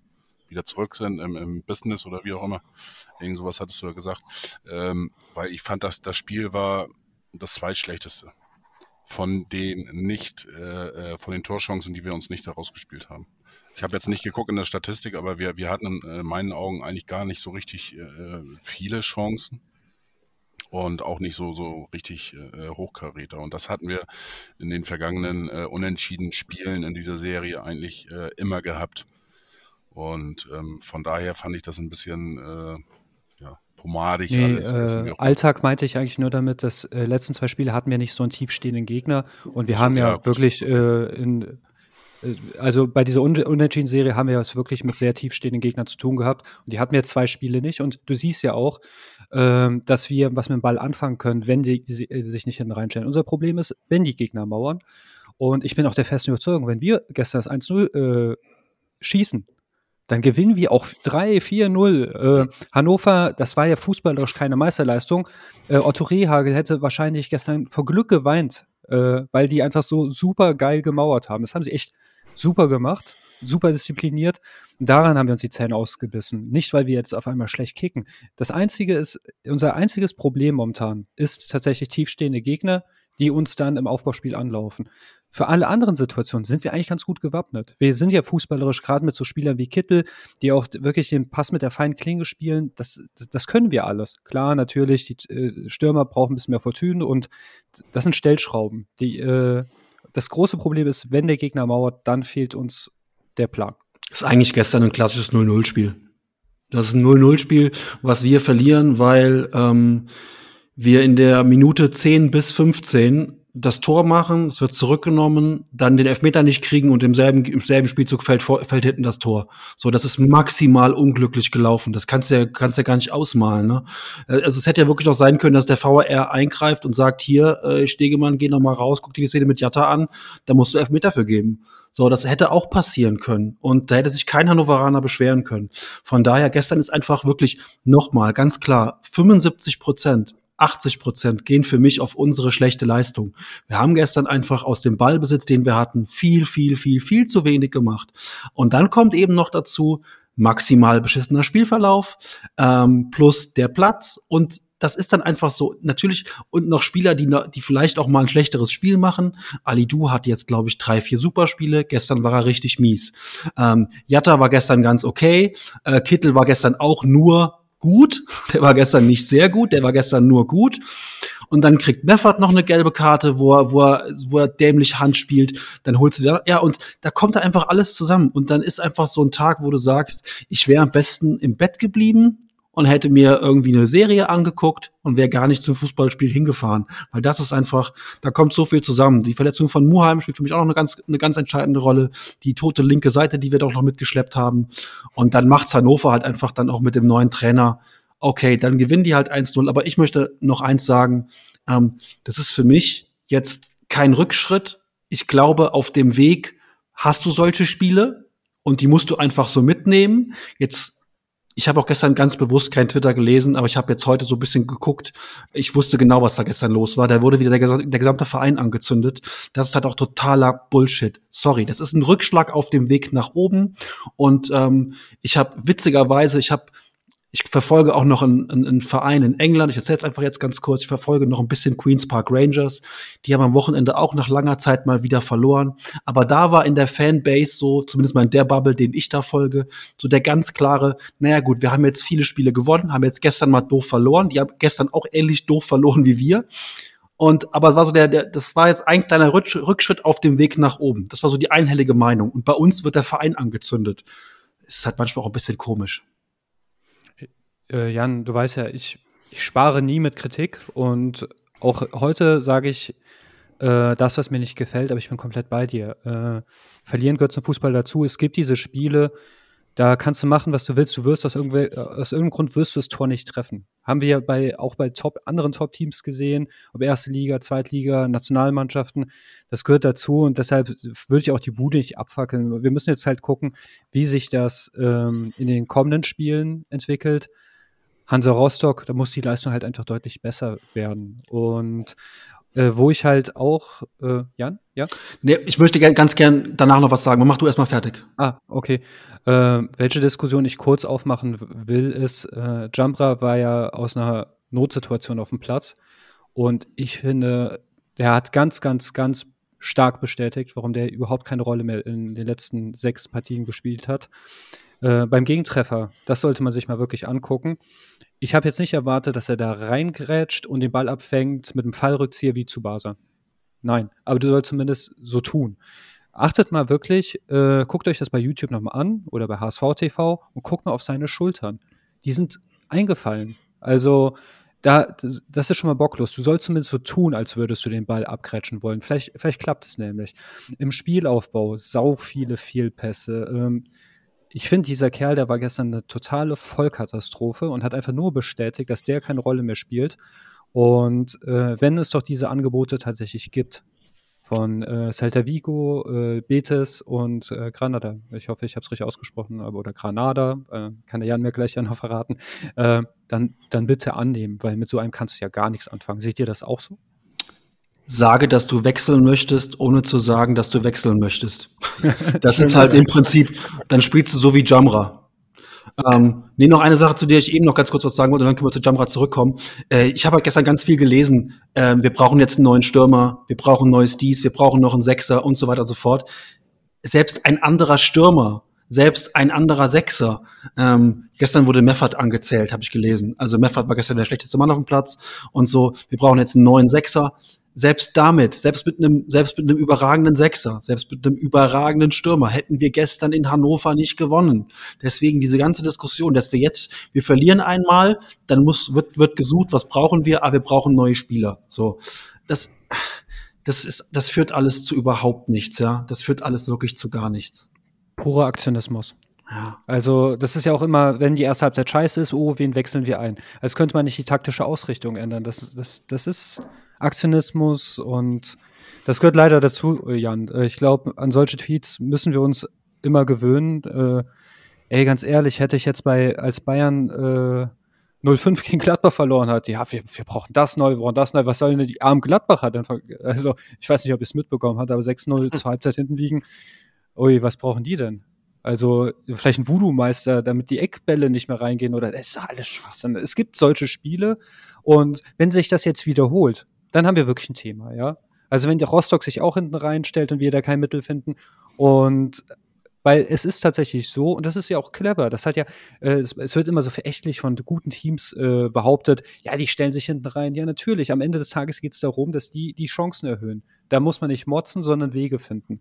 wieder zurück sind im, im Business oder wie auch immer. Irgend sowas hattest du ja gesagt. Ähm, weil ich fand, dass das Spiel war das zweitschlechteste von den nicht, äh, von den Torchancen, die wir uns nicht herausgespielt haben. Ich habe jetzt nicht geguckt in der Statistik, aber wir, wir hatten in meinen Augen eigentlich gar nicht so richtig äh, viele Chancen und auch nicht so, so richtig äh, Hochkaräter. Und das hatten wir in den vergangenen äh, unentschiedenen Spielen in dieser Serie eigentlich äh, immer gehabt. Und ähm, von daher fand ich das ein bisschen äh, ja, pomadig Nee, alles. Also, äh, wie auch- Alltag meinte ich eigentlich nur damit, dass äh, letzten zwei Spiele hatten wir nicht so einen tiefstehenden Gegner und wir Ach so, haben ja, ja, gut. wirklich äh, in äh, also bei dieser Un Unentschieden-Serie haben wir es wirklich mit sehr tiefstehenden Gegnern zu tun gehabt und die hatten wir zwei Spiele nicht und du siehst ja auch, ähm, dass wir was mit dem Ball anfangen können, wenn die, die äh, sich nicht hinten reinstellen. Unser Problem ist, wenn die Gegner mauern und ich bin auch der festen Überzeugung, wenn wir gestern das eins null äh, schießen, dann gewinnen wir auch drei, vier null. Äh, Hannover, das war ja fußballerisch keine Meisterleistung. Äh, Otto Rehhagel hätte wahrscheinlich gestern vor Glück geweint, äh, weil die einfach so super geil gemauert haben. Das haben sie echt super gemacht, super diszipliniert. Und daran haben wir uns die Zähne ausgebissen. Nicht, weil wir jetzt auf einmal schlecht kicken. Das einzige ist, unser einziges Problem momentan ist tatsächlich tiefstehende Gegner, die uns dann im Aufbauspiel anlaufen. Für alle anderen Situationen sind wir eigentlich ganz gut gewappnet. Wir sind ja fußballerisch, gerade mit so Spielern wie Kittel, die auch wirklich den Pass mit der feinen Klinge spielen, das, das können wir alles. Klar, natürlich, die äh, Stürmer brauchen ein bisschen mehr Fortune und das sind Stellschrauben. Die, äh, das große Problem ist, wenn der Gegner mauert, dann fehlt uns der Plan. Ist eigentlich gestern ein klassisches null null Spiel. Das ist ein null null Spiel, was wir verlieren, weil ähm, wir in der Minute zehn bis fünfzehn das Tor machen, es wird zurückgenommen, dann den Elfmeter nicht kriegen und im selben, im selben Spielzug fällt, vor, fällt hinten das Tor. So, das ist maximal unglücklich gelaufen. Das kannst du ja, kannst ja gar nicht ausmalen, ne? Also es hätte ja wirklich noch sein können, dass der V A R eingreift und sagt, hier, äh, Stegemann, geh noch mal raus, guck dir die Szene mit Jatta an, da musst du Elfmeter für geben. So, das hätte auch passieren können. Und da hätte sich kein Hannoveraner beschweren können. Von daher, gestern ist einfach wirklich nochmal ganz klar, fünfundsiebzig Prozent, achtzig Prozent gehen für mich auf unsere schlechte Leistung. Wir haben gestern einfach aus dem Ballbesitz, den wir hatten, viel, viel, viel, viel zu wenig gemacht. Und dann kommt eben noch dazu maximal beschissener Spielverlauf, ähm, plus der Platz. Und das ist dann einfach so, natürlich, und noch Spieler, die, die vielleicht auch mal ein schlechteres Spiel machen. Alidou hat jetzt, glaube ich, drei, vier Superspiele. Gestern war er richtig mies. Ähm, Jatta war gestern ganz okay. Äh, Kittel war gestern auch nur gut, der war gestern nicht sehr gut, der war gestern nur gut. Und dann kriegt Meffert noch eine gelbe Karte, wo er, wo er, wo er dämlich Hand spielt. Dann holst du da, ja, und da kommt da einfach alles zusammen. Und dann ist einfach so ein Tag, wo du sagst, ich wäre am besten im Bett geblieben und hätte mir irgendwie eine Serie angeguckt und wäre gar nicht zum Fußballspiel hingefahren. Weil das ist einfach, da kommt so viel zusammen. Die Verletzung von Muheim spielt für mich auch noch eine ganz, eine ganz entscheidende Rolle. Die tote linke Seite, die wir doch noch mitgeschleppt haben. Und dann macht's Hannover halt einfach dann auch mit dem neuen Trainer. Okay, dann gewinnen die halt eins null. Aber ich möchte noch eins sagen, ähm, das ist für mich jetzt kein Rückschritt. Ich glaube, auf dem Weg hast du solche Spiele und die musst du einfach so mitnehmen. Jetzt Ich habe auch gestern ganz bewusst kein Twitter gelesen, aber ich habe jetzt heute so ein bisschen geguckt. Ich wusste genau, was da gestern los war. Da wurde wieder der, der gesamte Verein angezündet. Das ist halt auch totaler Bullshit. Sorry, das ist ein Rückschlag auf dem Weg nach oben. Und ähm, ich habe witzigerweise, ich habe Ich verfolge auch noch einen, einen Verein in England. Ich erzähle es einfach jetzt ganz kurz. Ich verfolge noch ein bisschen Queen's Park Rangers. Die haben am Wochenende auch nach langer Zeit mal wieder verloren. Aber da war in der Fanbase so, zumindest mal in der Bubble, den ich da folge, so der ganz klare, naja gut, wir haben jetzt viele Spiele gewonnen, haben jetzt gestern mal doof verloren. Die haben gestern auch ähnlich doof verloren wie wir. Und, aber es war so der, der, das war jetzt ein kleiner Rückschritt auf dem Weg nach oben. Das war so die einhellige Meinung. Und bei uns wird der Verein angezündet. Es ist halt manchmal auch ein bisschen komisch. Äh, Jan, du weißt ja, ich, ich spare nie mit Kritik und auch heute sage ich äh, das, was mir nicht gefällt, aber ich bin komplett bei dir. Äh, verlieren gehört zum Fußball dazu. Es gibt diese Spiele, da kannst du machen, was du willst. Du wirst aus, irgendwel- aus irgendeinem Grund wirst du das Tor nicht treffen. Haben wir ja bei, auch bei Top, anderen Top-Teams gesehen, ob erste Liga, Zweitliga, Nationalmannschaften. Das gehört dazu und deshalb würde ich auch die Bude nicht abfackeln. Wir müssen jetzt halt gucken, wie sich das ähm, in den kommenden Spielen entwickelt. Hansa Rostock, da muss die Leistung halt einfach deutlich besser werden. Und äh, wo ich halt auch, äh, Jan, ja? Nee, ich möchte gern, ganz gern danach noch was sagen. Mach du erstmal fertig. Ah, okay. Äh, welche Diskussion ich kurz aufmachen w- will, ist, äh, Jambra war ja aus einer Notsituation auf dem Platz und ich finde, der hat ganz, ganz, ganz stark bestätigt, warum der überhaupt keine Rolle mehr in den letzten sechs Partien gespielt hat. Äh, beim Gegentreffer, das sollte man sich mal wirklich angucken. Ich habe jetzt nicht erwartet, dass er da reingrätscht und den Ball abfängt mit einem Fallrückzieher wie Tsubasa. Nein, aber du sollst zumindest so tun. Achtet mal wirklich, äh, guckt euch das bei YouTube nochmal an oder bei H S V T V und guckt mal auf seine Schultern. Die sind eingefallen. Also, da, das das ist schon mal bocklos. Du sollst zumindest so tun, als würdest du den Ball abgrätschen wollen. Vielleicht, vielleicht klappt es nämlich. Im Spielaufbau sau viele Fehlpässe. Ähm, ich finde, dieser Kerl, der war gestern eine totale Vollkatastrophe und hat einfach nur bestätigt, dass der keine Rolle mehr spielt. Und äh, wenn es doch diese Angebote tatsächlich gibt von äh, Celta Vigo, äh, Betis und äh, Granada. Ich hoffe, ich habe es richtig ausgesprochen, aber oder Granada, äh, kann der Jan mir gleich ja noch verraten. Äh, dann, dann bitte annehmen, weil mit so einem kannst du ja gar nichts anfangen. Seht ihr das auch so? Sage, dass du wechseln möchtest, ohne zu sagen, dass du wechseln möchtest. Das ist halt im Prinzip, dann spielst du so wie Jamra. Ähm, nee, noch eine Sache, zu der ich eben noch ganz kurz was sagen wollte, und dann können wir zu Jamra zurückkommen. Äh, ich habe halt gestern ganz viel gelesen. Ähm, wir brauchen jetzt einen neuen Stürmer, wir brauchen ein neues Dies, wir brauchen noch einen Sechser und so weiter und so fort. Selbst ein anderer Stürmer, selbst ein anderer Sechser. Ähm, gestern wurde Meffert angezählt, habe ich gelesen. Also Meffert war gestern der schlechteste Mann auf dem Platz und so. Wir brauchen jetzt einen neuen Sechser. Selbst damit, selbst mit einem, selbst mit einem überragenden Sechser, selbst mit einem überragenden Stürmer hätten wir gestern in Hannover nicht gewonnen. Deswegen diese ganze Diskussion, dass wir jetzt, wir verlieren einmal, dann muss, wird, wird gesucht, was brauchen wir, aber wir brauchen neue Spieler. So. Das, das ist, das führt alles zu überhaupt nichts, ja. Das führt alles wirklich zu gar nichts. Purer Aktionismus. Ja. Also, das ist ja auch immer, wenn die erste Halbzeit scheiße ist, oh, wen wechseln wir ein? Als könnte man nicht die taktische Ausrichtung ändern. Das, das, das ist Aktionismus und das gehört leider dazu, Jan. Ich glaube, an solche Tweets müssen wir uns immer gewöhnen. Äh, ey, ganz ehrlich, hätte ich jetzt bei, als Bayern äh, null fünf gegen Gladbach verloren hat, ja, wir, wir brauchen das neu, wir brauchen das neu, was sollen denn die armen Gladbacher denn? Also, ich weiß nicht, ob ihr es mitbekommen habt, aber sechs null zur Halbzeit hinten liegen. Ui, was brauchen die denn? Also vielleicht ein Voodoo-Meister, damit die Eckbälle nicht mehr reingehen oder das ist doch alles Schwachsinn. Es gibt solche Spiele und wenn sich das jetzt wiederholt, dann haben wir wirklich ein Thema, ja. Also wenn der Rostock sich auch hinten reinstellt und wir da kein Mittel finden und weil es ist tatsächlich so, und das ist ja auch clever, das hat ja, äh, es, es wird immer so verächtlich von guten Teams äh, behauptet, ja, die stellen sich hinten rein. Ja, natürlich, am Ende des Tages geht es darum, dass die die Chancen erhöhen. Da muss man nicht motzen, sondern Wege finden.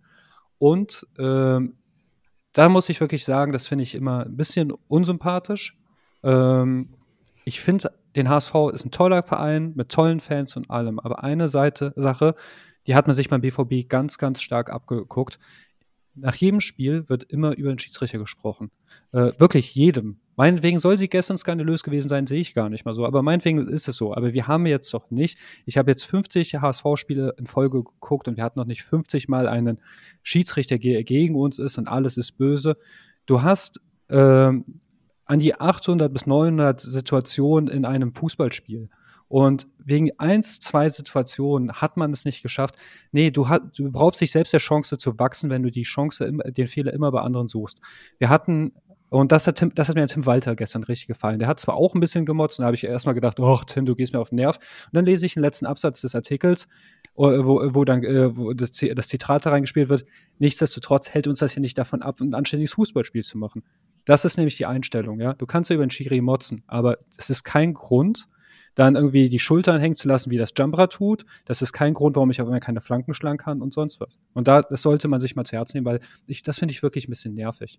Und ähm, da muss ich wirklich sagen, das finde ich immer ein bisschen unsympathisch. Ähm, ich finde, den H S V ist ein toller Verein mit tollen Fans und allem. Aber eine Seite, Sache, die hat man sich beim B V B ganz, ganz stark abgeguckt. Nach jedem Spiel wird immer über den Schiedsrichter gesprochen. Äh, wirklich jedem. Meinetwegen soll sie gestern skandalös gewesen sein, sehe ich gar nicht mal so. Aber meinetwegen ist es so. Aber wir haben jetzt doch nicht, ich habe jetzt fünfzig H S V-Spiele in Folge geguckt und wir hatten noch nicht fünfzig Mal einen Schiedsrichter, der gegen uns ist und alles ist böse. Du hast ähm, an die achthundert bis neunhundert Situationen in einem Fußballspiel. Und wegen eins, zwei Situationen hat man es nicht geschafft. Nee, du, hat, du brauchst dich selbst der Chance zu wachsen, wenn du die Chance, im, den Fehler immer bei anderen suchst. Wir hatten, und das hat, Tim, das hat mir Tim Walter gestern richtig gefallen. Der hat zwar auch ein bisschen gemotzt, und da habe ich erstmal gedacht, oh Tim, du gehst mir auf den Nerv. Und dann lese ich den letzten Absatz des Artikels, wo, wo dann wo das, das Zitat da reingespielt wird. Nichtsdestotrotz hält uns das ja nicht davon ab, ein anständiges Fußballspiel zu machen. Das ist nämlich die Einstellung, ja. Du kannst ja über den Schiri motzen, aber es ist kein Grund, dann irgendwie die Schultern hängen zu lassen, wie das Jambra tut. Das ist kein Grund, warum ich aber immer keine Flanken schlagen kann und sonst was. Und da, das sollte man sich mal zu Herzen nehmen, weil ich, das finde ich wirklich ein bisschen nervig.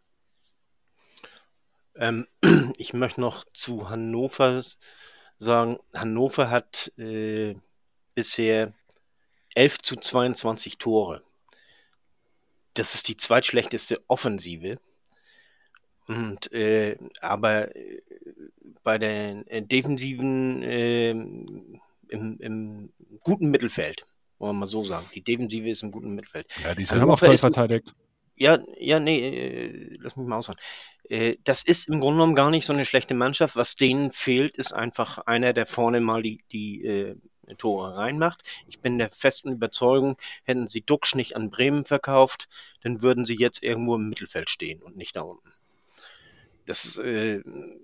Ähm, ich möchte noch zu Hannover sagen, Hannover hat äh, bisher elf zu zweiundzwanzig Tore. Das ist die zweitschlechteste Offensive. Und äh, aber äh, bei den äh, Defensiven äh, im, im guten Mittelfeld, wollen wir mal so sagen. Die Defensive ist im guten Mittelfeld. Ja, die ist Wir haben auch Hannover toll ist- verteidigt. Ja, ja, nee, äh, lass mich mal ausfahren. Äh, das ist im Grunde genommen gar nicht so eine schlechte Mannschaft. Was denen fehlt, ist einfach einer, der vorne mal die, die, äh, Tore reinmacht. Ich bin der festen Überzeugung, hätten sie Duxch nicht an Bremen verkauft, dann würden sie jetzt irgendwo im Mittelfeld stehen und nicht da unten. Das äh,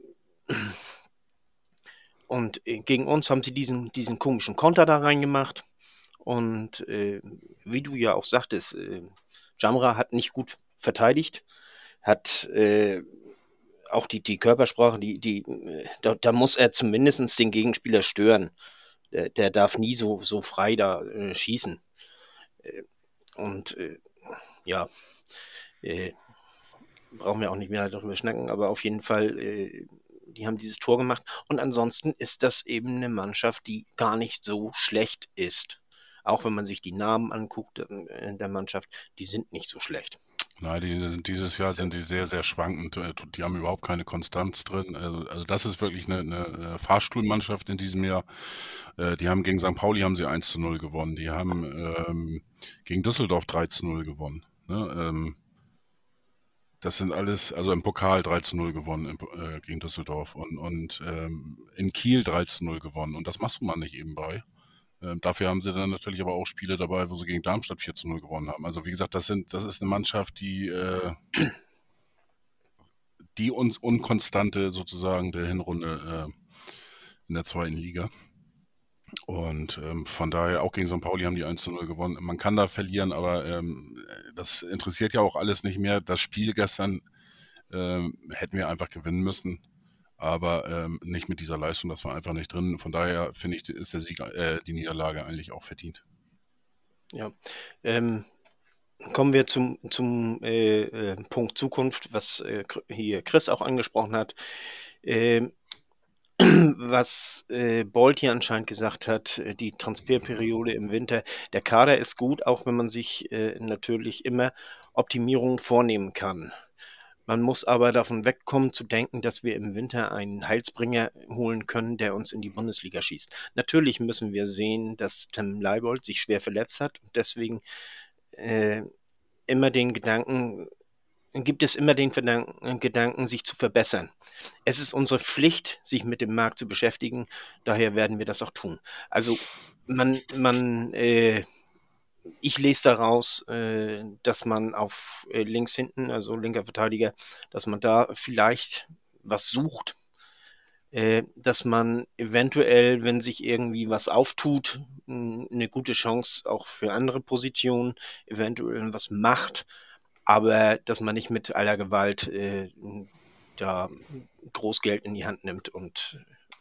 und äh, gegen uns haben sie diesen, diesen komischen Konter da reingemacht. Und äh, wie du ja auch sagtest, äh, Jamra hat nicht gut verteidigt, hat äh, auch die, die Körpersprache, die, die, da, da muss er zumindest den Gegenspieler stören. Der, der darf nie so, so frei da äh, schießen. Äh, und äh, ja, äh, brauchen wir auch nicht mehr darüber schnacken, aber auf jeden Fall, äh, die haben dieses Tor gemacht. Und ansonsten ist das eben eine Mannschaft, die gar nicht so schlecht ist. Auch wenn man sich die Namen anguckt in der Mannschaft, die sind nicht so schlecht. Nein, die, dieses Jahr sind die sehr, sehr schwankend. Die haben überhaupt keine Konstanz drin. Also, also das ist wirklich eine, eine Fahrstuhlmannschaft in diesem Jahr. Die haben gegen Sankt Pauli haben sie eins zu null gewonnen. Die haben ähm, gegen Düsseldorf drei zu null gewonnen. Ne? Ähm, das sind alles, also im Pokal drei zu null gewonnen im, äh, gegen Düsseldorf und, und ähm, in Kiel drei zu null gewonnen. Und das machst du mal nicht ebenbei. Ähm, dafür haben sie dann natürlich aber auch Spiele dabei, wo sie gegen Darmstadt vier zu null gewonnen haben. Also wie gesagt, das sind, das ist eine Mannschaft, die äh, die un unkonstante sozusagen der Hinrunde äh, in der zweiten Liga. Und ähm, von daher auch gegen Sankt Pauli haben die eins zu null gewonnen. Man kann da verlieren, aber ähm, das interessiert ja auch alles nicht mehr. Das Spiel gestern ähm, hätten wir einfach gewinnen müssen. Aber ähm, nicht mit dieser Leistung, das war einfach nicht drin. Von daher finde ich, ist der Sieg, äh, die Niederlage eigentlich auch verdient. Ja, ähm, kommen wir zum, zum äh, äh, Punkt Zukunft, was äh, hier Chris auch angesprochen hat. Äh, was äh, Bolt hier anscheinend gesagt hat, äh, die Transferperiode im Winter. Der Kader ist gut, auch wenn man sich äh, natürlich immer Optimierungen vornehmen kann. Man muss aber davon wegkommen zu denken, dass wir im Winter einen Heilsbringer holen können, der uns in die Bundesliga schießt. Natürlich müssen wir sehen, dass Tim Leibold sich schwer verletzt hat und deswegen äh, immer den Gedanken, gibt es immer den Verdanken, Gedanken, sich zu verbessern. Es ist unsere Pflicht, sich mit dem Markt zu beschäftigen, daher werden wir das auch tun. Also man, man äh, ich lese daraus, äh, dass man auf äh, links hinten, also linker Verteidiger, dass man da vielleicht was sucht, äh, dass man eventuell, wenn sich irgendwie was auftut, mh, eine gute Chance auch für andere Positionen, eventuell was macht, aber dass man nicht mit aller Gewalt äh, da Großgeld in die Hand nimmt. Und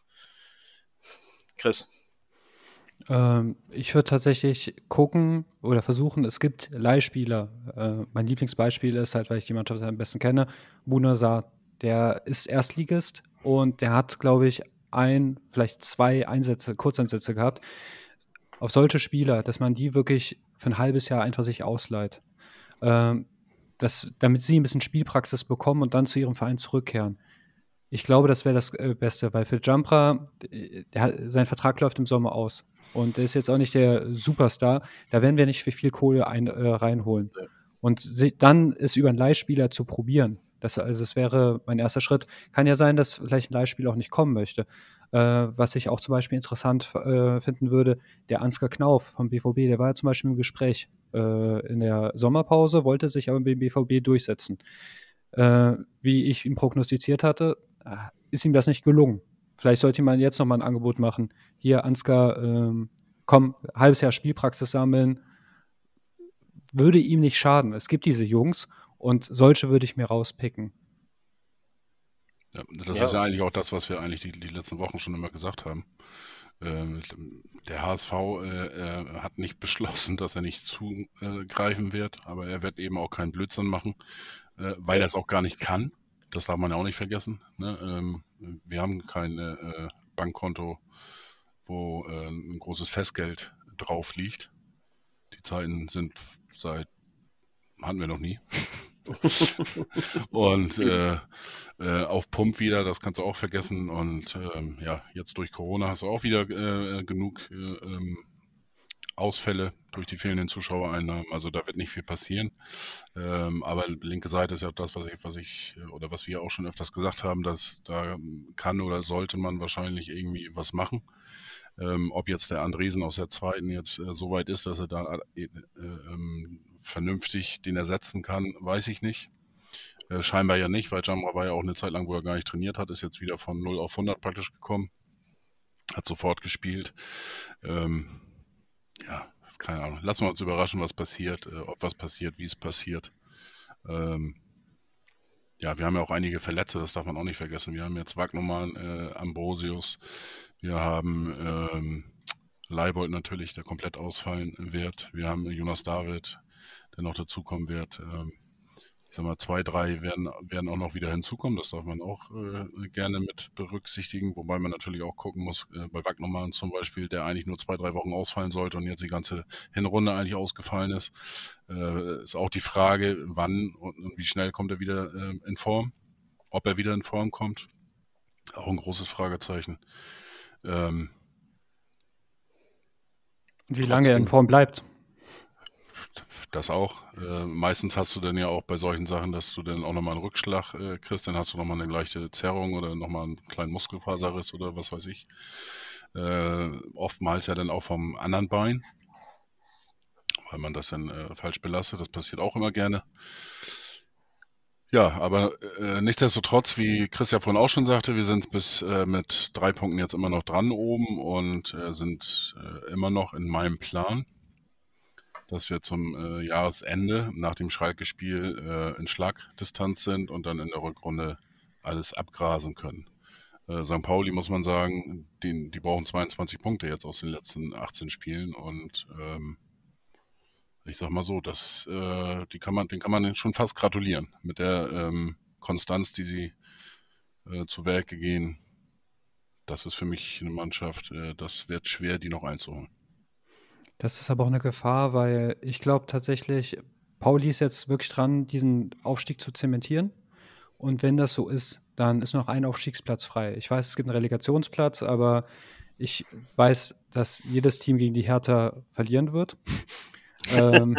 Chris? Ähm, ich würde tatsächlich gucken oder versuchen, es gibt Leihspieler. Äh, mein Lieblingsbeispiel ist halt, weil ich die Mannschaft am besten kenne, Bunazar. Der ist Erstligist und der hat, glaube ich, ein, vielleicht zwei Einsätze, Kurzeinsätze gehabt. Auf solche Spieler, dass man die wirklich für ein halbes Jahr einfach sich ausleiht. Ähm, das, damit sie ein bisschen Spielpraxis bekommen und dann zu ihrem Verein zurückkehren. Ich glaube, das wäre das äh, Beste, weil für Jamra, der hat, sein Vertrag läuft im Sommer aus. Und der ist jetzt auch nicht der Superstar. Da werden wir nicht für viel Kohle ein, äh, reinholen. Ja. Und sich, dann ist über einen Leihspieler zu probieren. Das, also es wäre mein erster Schritt. Kann ja sein, dass vielleicht ein Leihspieler auch nicht kommen möchte. Äh, was ich auch zum Beispiel interessant äh, finden würde, der Ansgar Knauf vom B V B, der war ja zum Beispiel im Gespräch äh, in der Sommerpause, wollte sich aber beim B V B durchsetzen. Äh, wie ich ihn prognostiziert hatte, ist ihm das nicht gelungen. Vielleicht sollte man jetzt nochmal ein Angebot machen. Hier, Ansgar, ähm, komm, halbes Jahr Spielpraxis sammeln. Würde ihm nicht schaden. Es gibt diese Jungs und solche würde ich mir rauspicken. Ja, das ja. ist ja eigentlich auch das, was wir eigentlich die, die letzten Wochen schon immer gesagt haben. Ähm, der H S V äh, hat nicht beschlossen, dass er nicht zugreifen wird, aber er wird eben auch keinen Blödsinn machen, äh, weil er es auch gar nicht kann. Das darf man ja auch nicht vergessen. Ne? Ähm, wir haben kein äh, Bankkonto, wo äh, ein großes Festgeld drauf liegt. Die Zeiten sind seit, hatten wir noch nie. Und äh, äh, auf Pump wieder, das kannst du auch vergessen. Und ähm, ja, jetzt durch Corona hast du auch wieder äh, genug äh, ähm, Ausfälle durch die fehlenden Zuschauereinnahmen. Also da wird nicht viel passieren. Ähm, aber linke Seite ist ja das, was ich, was ich, oder was wir auch schon öfters gesagt haben, dass da kann oder sollte man wahrscheinlich irgendwie was machen. Ähm, ob jetzt der Andresen aus der zweiten jetzt äh, so weit ist, dass er da äh, äh, ähm, vernünftig den ersetzen kann, weiß ich nicht. Äh, scheinbar ja nicht, weil Jamra war ja auch eine Zeit lang, wo er gar nicht trainiert hat, ist jetzt wieder von null auf hundert praktisch gekommen, hat sofort gespielt. Ähm, ja, keine Ahnung. Lassen wir uns überraschen, was passiert, äh, ob was passiert, wie es passiert. Ähm, ja, wir haben ja auch einige Verletzte, das darf man auch nicht vergessen. Wir haben jetzt Wagnermann, äh, Ambrosius, wir haben ähm, Leibold natürlich, der komplett ausfallen wird. Wir haben Jonas David, der noch dazukommen wird. Ähm, ich sag mal, zwei, drei werden, werden auch noch wieder hinzukommen. Das darf man auch äh, gerne mit berücksichtigen. Wobei man natürlich auch gucken muss, äh, bei Wagnermann zum Beispiel, der eigentlich nur zwei, drei Wochen ausfallen sollte und jetzt die ganze Hinrunde eigentlich ausgefallen ist. Äh, ist auch die Frage, wann und, und wie schnell kommt er wieder äh, in Form. Ob er wieder in Form kommt. Auch ein großes Fragezeichen. Ähm, Und wie lange er in Form bleibt. Das auch. Äh, meistens hast du dann ja auch bei solchen Sachen, dass du dann auch nochmal einen Rückschlag äh, kriegst, dann hast du nochmal eine leichte Zerrung oder nochmal einen kleinen Muskelfaserriss oder was weiß ich. Äh, oftmals ja dann auch vom anderen Bein, weil man das dann äh, falsch belastet. Das passiert auch immer gerne. Ja, aber äh, nichtsdestotrotz, wie Chris ja vorhin auch schon sagte, wir sind bis äh, mit drei Punkten jetzt immer noch dran oben und äh, sind äh, immer noch in meinem Plan, dass wir zum äh, Jahresende nach dem Schalke-Spiel äh, in Schlagdistanz sind und dann in der Rückrunde alles abgrasen können. Äh, Sankt Pauli muss man sagen, die, die brauchen zweiundzwanzig Punkte jetzt aus den letzten achtzehn Spielen und ähm, ich sag mal so, das, äh, die kann man, den kann man schon fast gratulieren mit der ähm, Konstanz, die sie äh, zu Werke gehen. Das ist für mich eine Mannschaft, äh, das wird schwer, die noch einzuholen. Das ist aber auch eine Gefahr, weil ich glaube tatsächlich, Pauli ist jetzt wirklich dran, diesen Aufstieg zu zementieren. Und wenn das so ist, dann ist noch ein Aufstiegsplatz frei. Ich weiß, es gibt einen Relegationsplatz, aber ich weiß, dass jedes Team gegen die Hertha verlieren wird. ähm,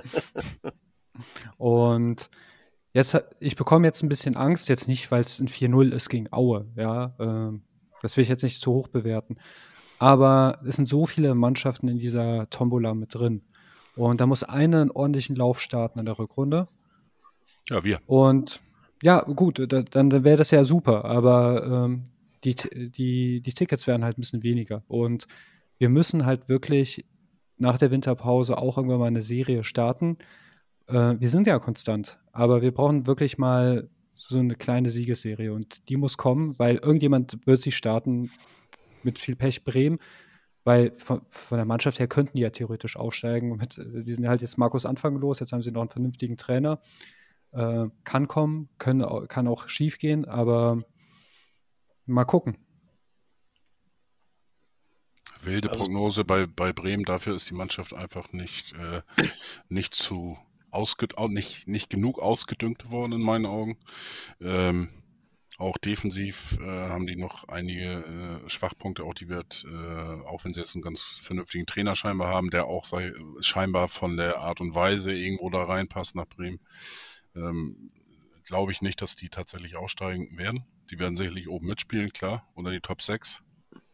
und jetzt, ich bekomme jetzt ein bisschen Angst, jetzt nicht, weil es ein vier null ist gegen Aue, ja, ähm, das will ich jetzt nicht zu hoch bewerten. Aber es sind so viele Mannschaften in dieser Tombola mit drin. Und da muss einer einen ordentlichen Lauf starten in der Rückrunde. Ja, wir. Und ja, gut, da, dann wäre das ja super. Aber ähm, die, die, die Tickets werden halt ein bisschen weniger. Und wir müssen halt wirklich nach der Winterpause auch irgendwann mal eine Serie starten. Äh, wir sind ja konstant, aber wir brauchen wirklich mal so eine kleine Siegesserie. Und die muss kommen, weil irgendjemand wird sie starten, mit viel Pech Bremen, weil von, von der Mannschaft her könnten die ja theoretisch aufsteigen. Mit, die sind halt jetzt Markus Anfang los, jetzt haben sie noch einen vernünftigen Trainer. Äh, kann kommen, können, kann auch schief gehen, aber mal gucken. Wilde also, Prognose bei, bei Bremen, dafür ist die Mannschaft einfach nicht, äh, nicht zu ausge, nicht, nicht genug ausgedüngt worden in meinen Augen. Ähm, Auch defensiv äh, haben die noch einige äh, Schwachpunkte, auch die wird, äh, auch wenn sie jetzt einen ganz vernünftigen Trainer scheinbar haben, der auch sei, scheinbar von der Art und Weise irgendwo da reinpasst nach Bremen, ähm, glaube ich nicht, dass die tatsächlich aussteigen werden. Die werden sicherlich oben mitspielen, klar, unter die Top sechs.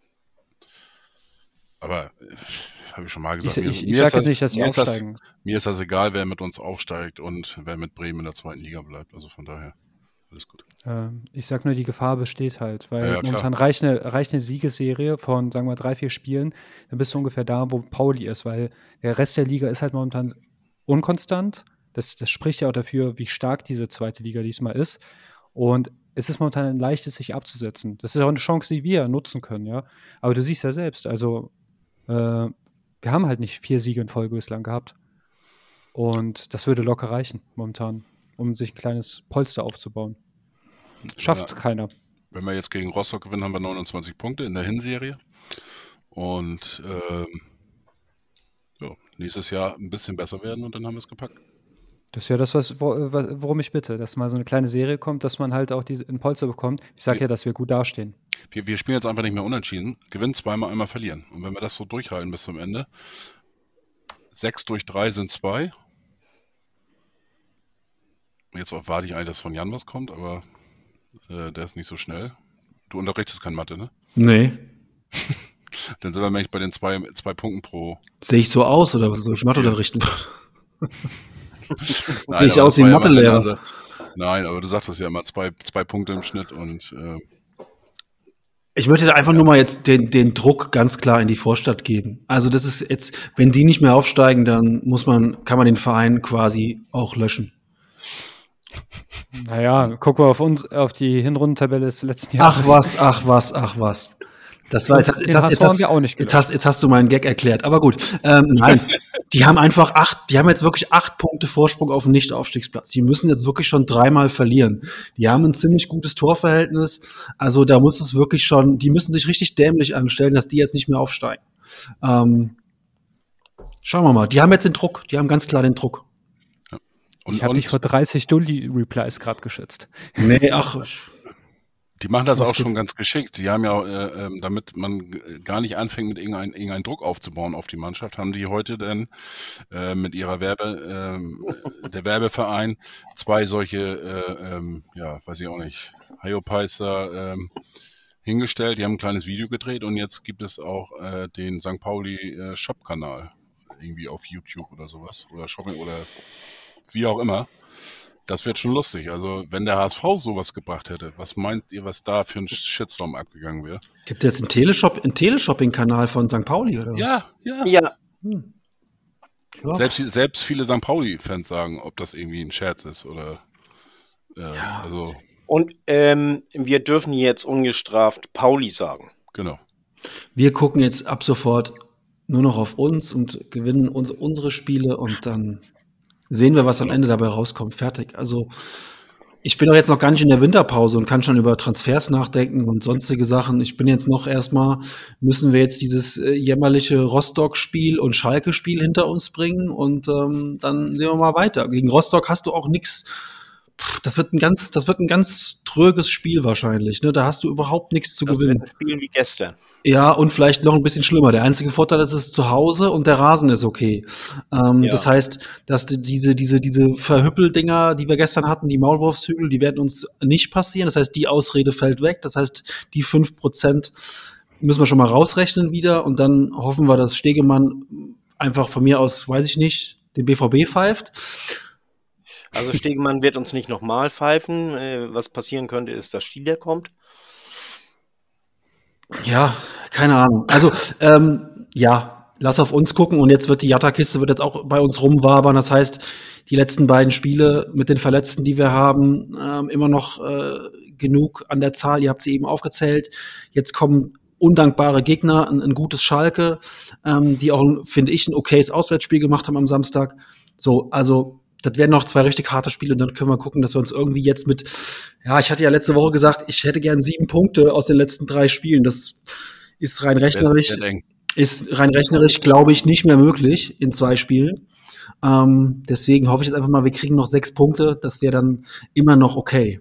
Aber äh, habe ich schon mal gesagt, ich, mir, ich, mir, ich ist sag das, jetzt nicht, dass sie mir, ist das, aufsteigen. mir ist das egal, wer mit uns aufsteigt und wer mit Bremen in der zweiten Liga bleibt. Also von daher. Alles gut. Ähm, ich sag nur, die Gefahr besteht halt, weil Ja, ja, momentan reicht eine, reicht eine Siegesserie von, sagen wir, drei, vier Spielen, dann bist du ungefähr da, wo Pauli ist, weil der Rest der Liga ist halt momentan unkonstant. Das, das spricht ja auch dafür, wie stark diese zweite Liga diesmal ist. Und es ist momentan ein leichtes, sich abzusetzen. Das ist auch eine Chance, die wir nutzen können, ja. Aber du siehst ja selbst, also äh, wir haben halt nicht vier Siege in Folge bislang gehabt. Und das würde locker reichen momentan, um sich ein kleines Polster aufzubauen. Schafft ja, keiner. Wenn wir jetzt gegen Rostock gewinnen, haben wir neunundzwanzig Punkte in der Hinserie. Und ähm, ja, nächstes Jahr ein bisschen besser werden und dann haben wir es gepackt. Das ist ja das, was, worum ich bitte, dass mal so eine kleine Serie kommt, dass man halt auch diese einen Polster bekommt. Ich sage ja, dass wir gut dastehen. Wir, wir spielen jetzt einfach nicht mehr unentschieden. Gewinnen zweimal, einmal verlieren. Und wenn wir das so durchhalten bis zum Ende, sechs durch drei sind zwei. Jetzt warte ich eigentlich, dass von Jan was kommt, aber äh, der ist nicht so schnell. Du unterrichtest kein Mathe, ne? Nee. dann sind wir nämlich bei den zwei, zwei Punkten pro. Sehe ich so aus oder was soll ich Mathe unterrichten? Nein, Sehe ich aber aus das wie ein war ja mal dein Mathelehrer? Ansatz. Nein, aber du sagtest ja immer zwei, zwei Punkte im Schnitt und äh, Ich möchte da einfach nur mal jetzt den, den Druck ganz klar in die Vorstadt geben. Also das ist jetzt, wenn die nicht mehr aufsteigen, dann muss man, kann man den Verein quasi auch löschen. Naja, guck mal auf uns, auf die Hinrundentabelle des letzten Ach Jahres. was, ach was, ach was. Das war jetzt, jetzt, Den jetzt, hast, H S jetzt, V haben hast, wir auch nicht jetzt, gelöscht. hast, jetzt hast du meinen Gag erklärt. Aber gut, ähm, nein, die haben einfach acht, die haben jetzt wirklich acht Punkte Vorsprung auf den Nicht-Aufstiegsplatz. Die müssen jetzt wirklich schon dreimal verlieren. Die haben ein ziemlich gutes Torverhältnis. Also da muss es wirklich schon, die müssen sich richtig dämlich anstellen, dass die jetzt nicht mehr aufsteigen. Ähm, schauen wir mal. Die haben jetzt den Druck. Die haben ganz klar den Druck. und, Ich habe und dich vor dreißig Dulli-Replies gerade geschätzt. Nee, ach, die machen das Das auch geht. schon ganz geschickt. Die haben ja, äh, ähm, damit man g- gar nicht anfängt, mit irgendeinem irgendein Druck aufzubauen auf die Mannschaft, haben die heute dann äh, mit ihrer Werbe, ähm, der Werbeverein zwei solche, äh, ähm, ja, weiß ich auch nicht, Hyopizer ähm, hingestellt. Die haben ein kleines Video gedreht und jetzt gibt es auch äh, den Sankt Pauli äh, Shop-Kanal irgendwie auf YouTube oder sowas oder Shopping oder wie auch immer. Das wird schon lustig. Also, wenn der H S V sowas gebracht hätte, was meint ihr, was da für ein Shitstorm abgegangen wäre? gibt es jetzt einen Teleshop, einen Teleshopping-Kanal von Sankt Pauli oder was? Ja, ja. Ja, Hm. Ja. Selbst, selbst viele Sankt Pauli-Fans sagen, ob das irgendwie ein Scherz ist oder. Äh, Also, und ähm, wir dürfen jetzt ungestraft Pauli sagen. genau. Wir gucken jetzt ab sofort nur noch auf uns und gewinnen uns, unsere Spiele und dann sehen wir, was am Ende dabei rauskommt. Fertig. Also ich bin doch jetzt noch gar nicht in der Winterpause und kann schon über Transfers nachdenken und sonstige Sachen. Ich bin jetzt noch erstmal, müssen wir jetzt dieses äh, jämmerliche Rostock-Spiel und Schalke-Spiel hinter uns bringen und ähm, dann sehen wir mal weiter. Gegen Rostock hast du auch nichts. Das wird ein ganz, das wird ein ganz tröges Spiel wahrscheinlich. Ne? Da hast du überhaupt nichts zu Das gewinnen. wird ein Spiel wie gestern. Ja, und vielleicht noch ein bisschen schlimmer. Der einzige Vorteil ist, es ist zu Hause und der Rasen ist okay. Ähm, Ja. Das heißt, dass die, diese, diese, diese Verhüppeldinger, die wir gestern hatten, die Maulwurfshügel, die werden uns nicht passieren. Das heißt, die Ausrede fällt weg. Das heißt, die fünf Prozent müssen wir schon mal rausrechnen wieder und dann hoffen wir, dass Stegemann einfach von mir aus, weiß ich nicht, den B V B pfeift. Also Stegemann wird uns nicht nochmal pfeifen. Äh, was passieren könnte, ist, dass Stieler kommt. Ja, keine Ahnung. Also, ähm, ja, lass auf uns gucken und jetzt wird die Jatta-Kiste wird jetzt auch bei uns rumwabern. Das heißt, die letzten beiden Spiele mit den Verletzten, die wir haben, ähm, immer noch äh, genug an der Zahl. Ihr habt sie eben aufgezählt. Jetzt kommen undankbare Gegner, ein, ein gutes Schalke, ähm, die auch, finde ich, ein okayes Auswärtsspiel gemacht haben am Samstag. So, also das werden noch zwei richtig harte Spiele und dann können wir gucken, dass wir uns irgendwie jetzt mit, ja, ich hatte ja letzte Woche gesagt, ich hätte gern sieben Punkte aus den letzten drei Spielen. Das ist rein rechnerisch, Wird eng. ist rein rechnerisch, glaube ich, nicht mehr möglich in zwei Spielen. Ähm, deswegen hoffe ich jetzt einfach mal, wir kriegen noch sechs Punkte. Das wäre dann immer noch okay.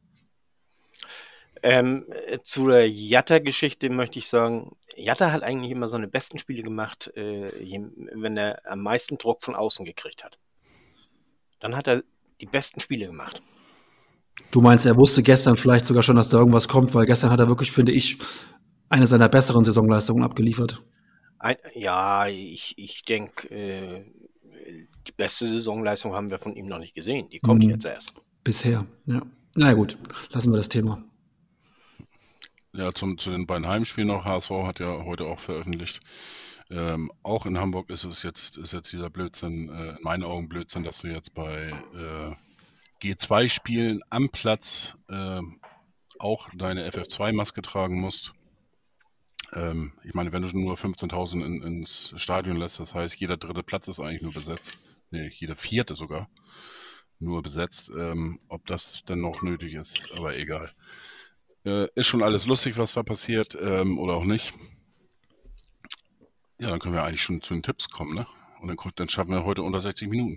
Ähm, äh, zu der Jatta-Geschichte möchte ich sagen, Jatta hat eigentlich immer seine besten Spiele gemacht, äh, je- wenn er am meisten Druck von außen gekriegt hat. Dann hat er die besten Spiele gemacht. Du meinst, er wusste gestern vielleicht sogar schon, dass da irgendwas kommt, weil gestern hat er wirklich, finde ich, eine seiner besseren Saisonleistungen abgeliefert. Ein, ja, ich, ich denke, äh, die beste Saisonleistung haben wir von ihm noch nicht gesehen. Die kommt Mhm. jetzt erst. Bisher, ja. Na gut, lassen wir das Thema. Ja, zum, zu den beiden Heimspielen noch. H S V hat ja heute auch veröffentlicht. Ähm, auch in Hamburg ist es jetzt, ist jetzt dieser Blödsinn, äh, in meinen Augen Blödsinn, dass du jetzt bei äh, G zwei Spielen am Platz äh, auch deine F F zwei Maske tragen musst. Ähm, ich meine, wenn du nur fünfzehntausend in, ins Stadion lässt, das heißt, jeder dritte Platz ist eigentlich nur besetzt. Nee, jeder vierte sogar nur besetzt. Ähm, ob das denn noch nötig ist, aber egal. Äh, ist schon alles lustig, was da passiert, ähm, oder auch nicht. Ja, dann können wir eigentlich schon zu den Tipps kommen, ne? Und dann, dann schaffen wir heute unter sechzig Minuten.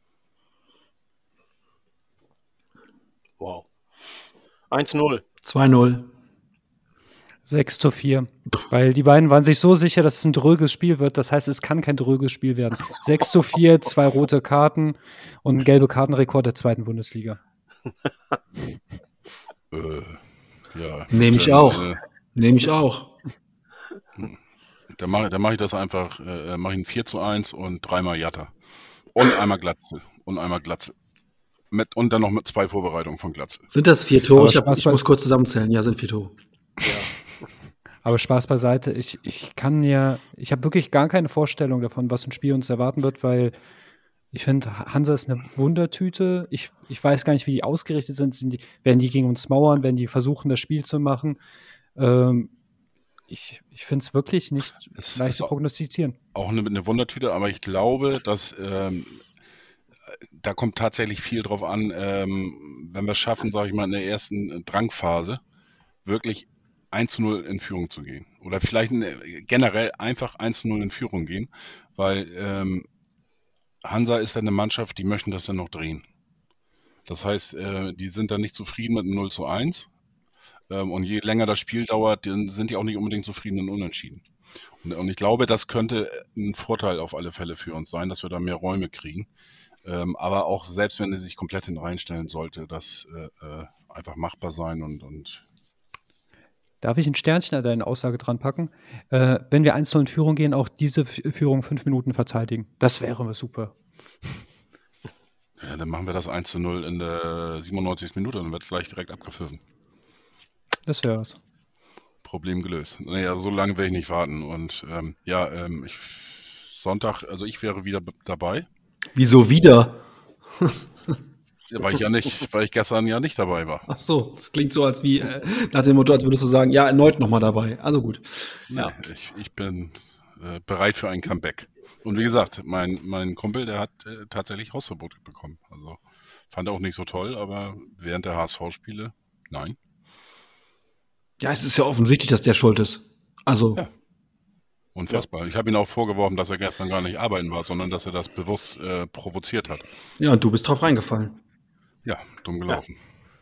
Wow. eins null. zwei null. sechs zu vier. Weil die beiden waren sich so sicher, dass es ein dröges Spiel wird. Das heißt, es kann kein dröges Spiel werden. sechs zu vier, zwei rote Karten und ein gelbe Kartenrekord der zweiten Bundesliga. Äh, ja. Nehme ich dann, auch. Äh, Nehme ich auch. Dann mache dann mach ich das einfach, äh, mache ich ein vier zu eins und dreimal Jatta. Und einmal Glatze. Und einmal Glatze. Mit, und dann noch mit zwei Vorbereitungen von Glatze. Sind das vier Tore? Aber Ich, hab, Spaß ich bei- muss kurz zusammenzählen. Ja, sind vier Tore. Aber Spaß beiseite, ich, ich kann mir, ich habe wirklich gar keine Vorstellung davon, was ein Spiel uns erwarten wird, weil ich finde, Hansa ist eine Wundertüte. Ich, ich weiß gar nicht, wie die ausgerichtet sind. sind die, werden die gegen uns mauern, werden die versuchen, das Spiel zu machen? Ähm, ich ich finde es wirklich nicht Es leicht ist zu auch- prognostizieren. Auch eine, eine Wundertüte, aber ich glaube, dass ähm, da kommt tatsächlich viel drauf an, ähm, wenn wir es schaffen, sage ich mal, in der ersten Drangphase wirklich eins zu null in Führung zu gehen. Oder vielleicht eine, generell einfach eins zu null in Führung gehen, weil ähm, Hansa ist dann eine Mannschaft, die möchten das dann noch drehen. Das heißt, äh, die sind dann nicht zufrieden mit einem null zu eins. Ähm, und je länger das Spiel dauert, dann sind die auch nicht unbedingt zufrieden mit Unentschieden. Und, und ich glaube, das könnte ein Vorteil auf alle Fälle für uns sein, dass wir da mehr Räume kriegen. Ähm, aber auch selbst wenn er sich komplett hinten reinstellen sollte, das äh, äh, einfach machbar sein und, und Darf ich ein Sternchen an deine Aussage dran packen? Äh, wenn wir eins zu null in Führung gehen, auch diese F- Führung fünf Minuten verteidigen. Das wäre super. ja, dann machen wir das eins zu null in der siebenundneunzigsten Minute und wird vielleicht direkt abgepfiffen. Das wäre was. Problem gelöst. Naja, so lange werde ich nicht warten. Und ähm, ja, ähm, ich, Sonntag, also ich wäre wieder b- dabei, Wieso wieder? weil ich ja nicht, weil ich gestern ja nicht dabei war. Ach so, das klingt so, als wie äh, nach dem Motto, als würdest du sagen, ja, erneut nochmal dabei. Also gut. Ja. Nee, ich, ich bin äh, bereit für ein Comeback. Und wie gesagt, mein, mein Kumpel, der hat äh, tatsächlich Hausverbot bekommen. Also fand er auch nicht so toll, aber während der H S V-Spiele, nein. Ja, es ist ja offensichtlich, dass der schuld ist. Also, Ja. Unfassbar. Ich habe ihn auch vorgeworfen, dass er gestern gar nicht arbeiten war, sondern dass er das bewusst äh, provoziert hat. ja, und du bist drauf reingefallen. Ja, dumm gelaufen.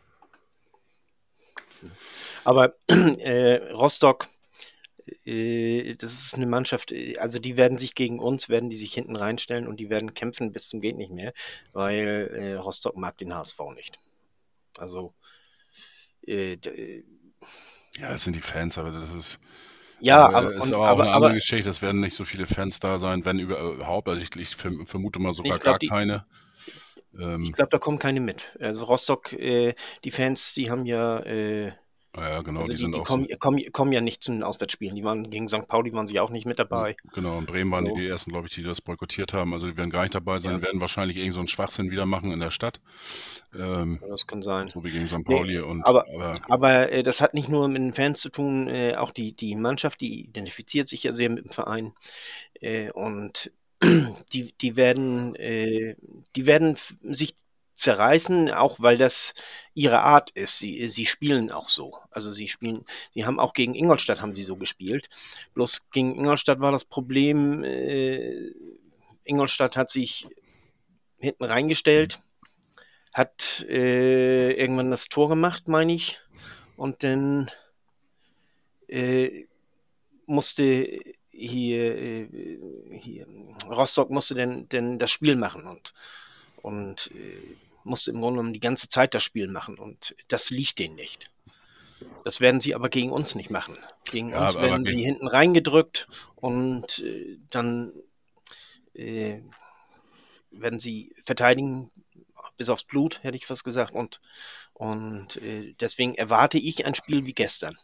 Aber äh, Rostock, äh, das ist eine Mannschaft, äh, also die werden sich gegen uns, werden die sich hinten reinstellen und die werden kämpfen bis zum geht nicht mehr, weil äh, Rostock mag den H S V nicht. Also äh, d- Ja, es sind die Fans, aber das ist, ja, äh, aber, ist und, aber auch aber, eine andere aber Geschichte. Es werden nicht so viele Fans da sein, wenn überhaupt. Also ich, ich verm- vermute mal sogar Ich glaub, gar die- keine. ich Ähm, glaube, da kommen keine mit. Also Rostock, äh, die Fans, die haben ja, äh, ja, genau, also die die, sind die auch kommen, so. kommen, kommen ja nicht zu den Auswärtsspielen. Die waren gegen Sankt Pauli waren sie auch nicht mit dabei. Genau, in Bremen waren So. die, die ersten, glaube ich, die das boykottiert haben. Also die werden gar nicht dabei sein, Ja. werden wahrscheinlich irgend so einen Schwachsinn wieder machen in der Stadt. Ähm, Das kann sein. so wie gegen Sankt Nee, Pauli. und, aber- aber Aber äh, das hat nicht nur mit den Fans zu tun, äh, auch die, die Mannschaft, die identifiziert sich ja sehr mit dem Verein. Äh, und die, die werden, äh, die werden f- sich zerreißen, auch weil das ihre Art ist. Sie, sie spielen auch so. Also sie spielen, sie haben auch gegen Ingolstadt haben sie so gespielt. Bloß gegen Ingolstadt war das Problem, äh, Ingolstadt hat sich hinten reingestellt, hat äh, irgendwann das Tor gemacht, meine ich. Und dann äh, musste hier, äh, hier Rostock musste dann, dann das Spiel machen und, und äh, musste im Grunde genommen die ganze Zeit das Spiel machen. Und das liegt denen nicht. Das werden sie aber gegen uns nicht machen. Gegen Ja, uns aber werden gegen- sie hinten reingedrückt und äh, dann äh, werden sie verteidigen bis aufs Blut, hätte ich fast gesagt. Und, und äh, deswegen erwarte ich ein Spiel wie gestern.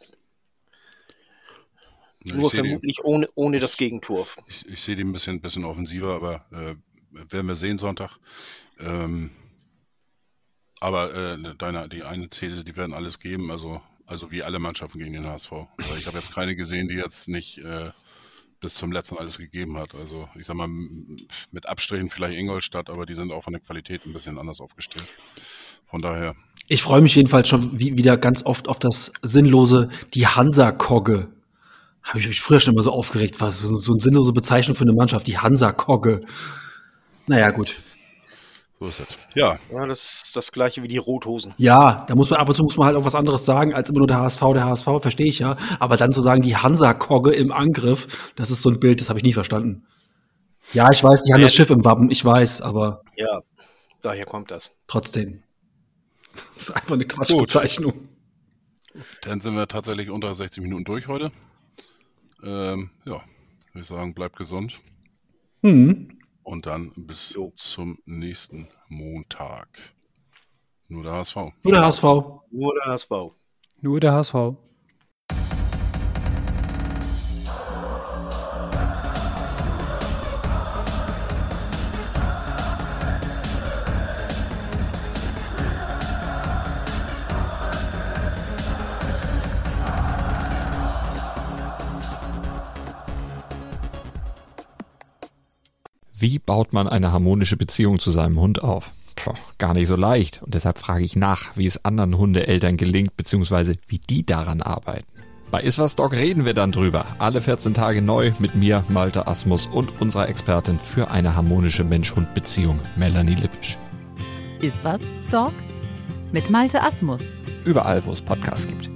ja, Nur ich sehe die, vermutlich ohne, ohne das Gegentor. ich, ich sehe die ein bisschen, bisschen offensiver, aber äh, werden wir sehen Sonntag. Ähm, aber äh, deine, die eine These, die werden alles geben, also, also wie alle Mannschaften gegen den H S V. Also ich habe jetzt keine gesehen, die jetzt nicht äh, bis zum letzten alles gegeben hat. Also ich sag mal, m- mit Abstrichen vielleicht Ingolstadt, aber die sind auch von der Qualität ein bisschen anders aufgestellt. Von daher, Ich freue mich jedenfalls schon wie, wieder ganz oft auf das sinnlose, die Hansa-Kogge. Habe ich mich früher schon immer so aufgeregt, was so, so eine sinnlose Bezeichnung für eine Mannschaft, die Hansa-Kogge. Naja, gut. so ist es. Ja, Ja, das ist das gleiche wie die Rothosen. Ja, da muss man ab und zu muss man halt auch was anderes sagen, als immer nur der H S V, der H S V, verstehe ich ja. Aber dann zu sagen, die Hansa-Kogge im Angriff, das ist so ein Bild, das habe ich nie verstanden. Ja, ich weiß, die haben Ja, das Schiff im Wappen, ich weiß, aber Ja, daher kommt das. trotzdem. Das ist einfach eine Quatschbezeichnung. dann sind wir tatsächlich unter sechzig Minuten durch heute. Ähm, ja, würde ich sagen, bleibt gesund. Mhm. Und dann bis Jo. zum nächsten Montag. Nur der H S V. Nur der H S V. Nur der H S V. Nur der H S V. Wie baut man eine harmonische Beziehung zu seinem Hund auf? Puh, gar nicht so leicht. Und deshalb frage ich nach, wie es anderen Hundeeltern gelingt, beziehungsweise wie die daran arbeiten. Bei Iswas Dog reden wir dann drüber. Alle vierzehn Tage neu mit mir, Malte Asmus und unserer Expertin für eine harmonische Mensch-Hund-Beziehung, Melanie Lippisch. Iswas Dog? Mit Malte Asmus. Überall, wo es Podcasts gibt.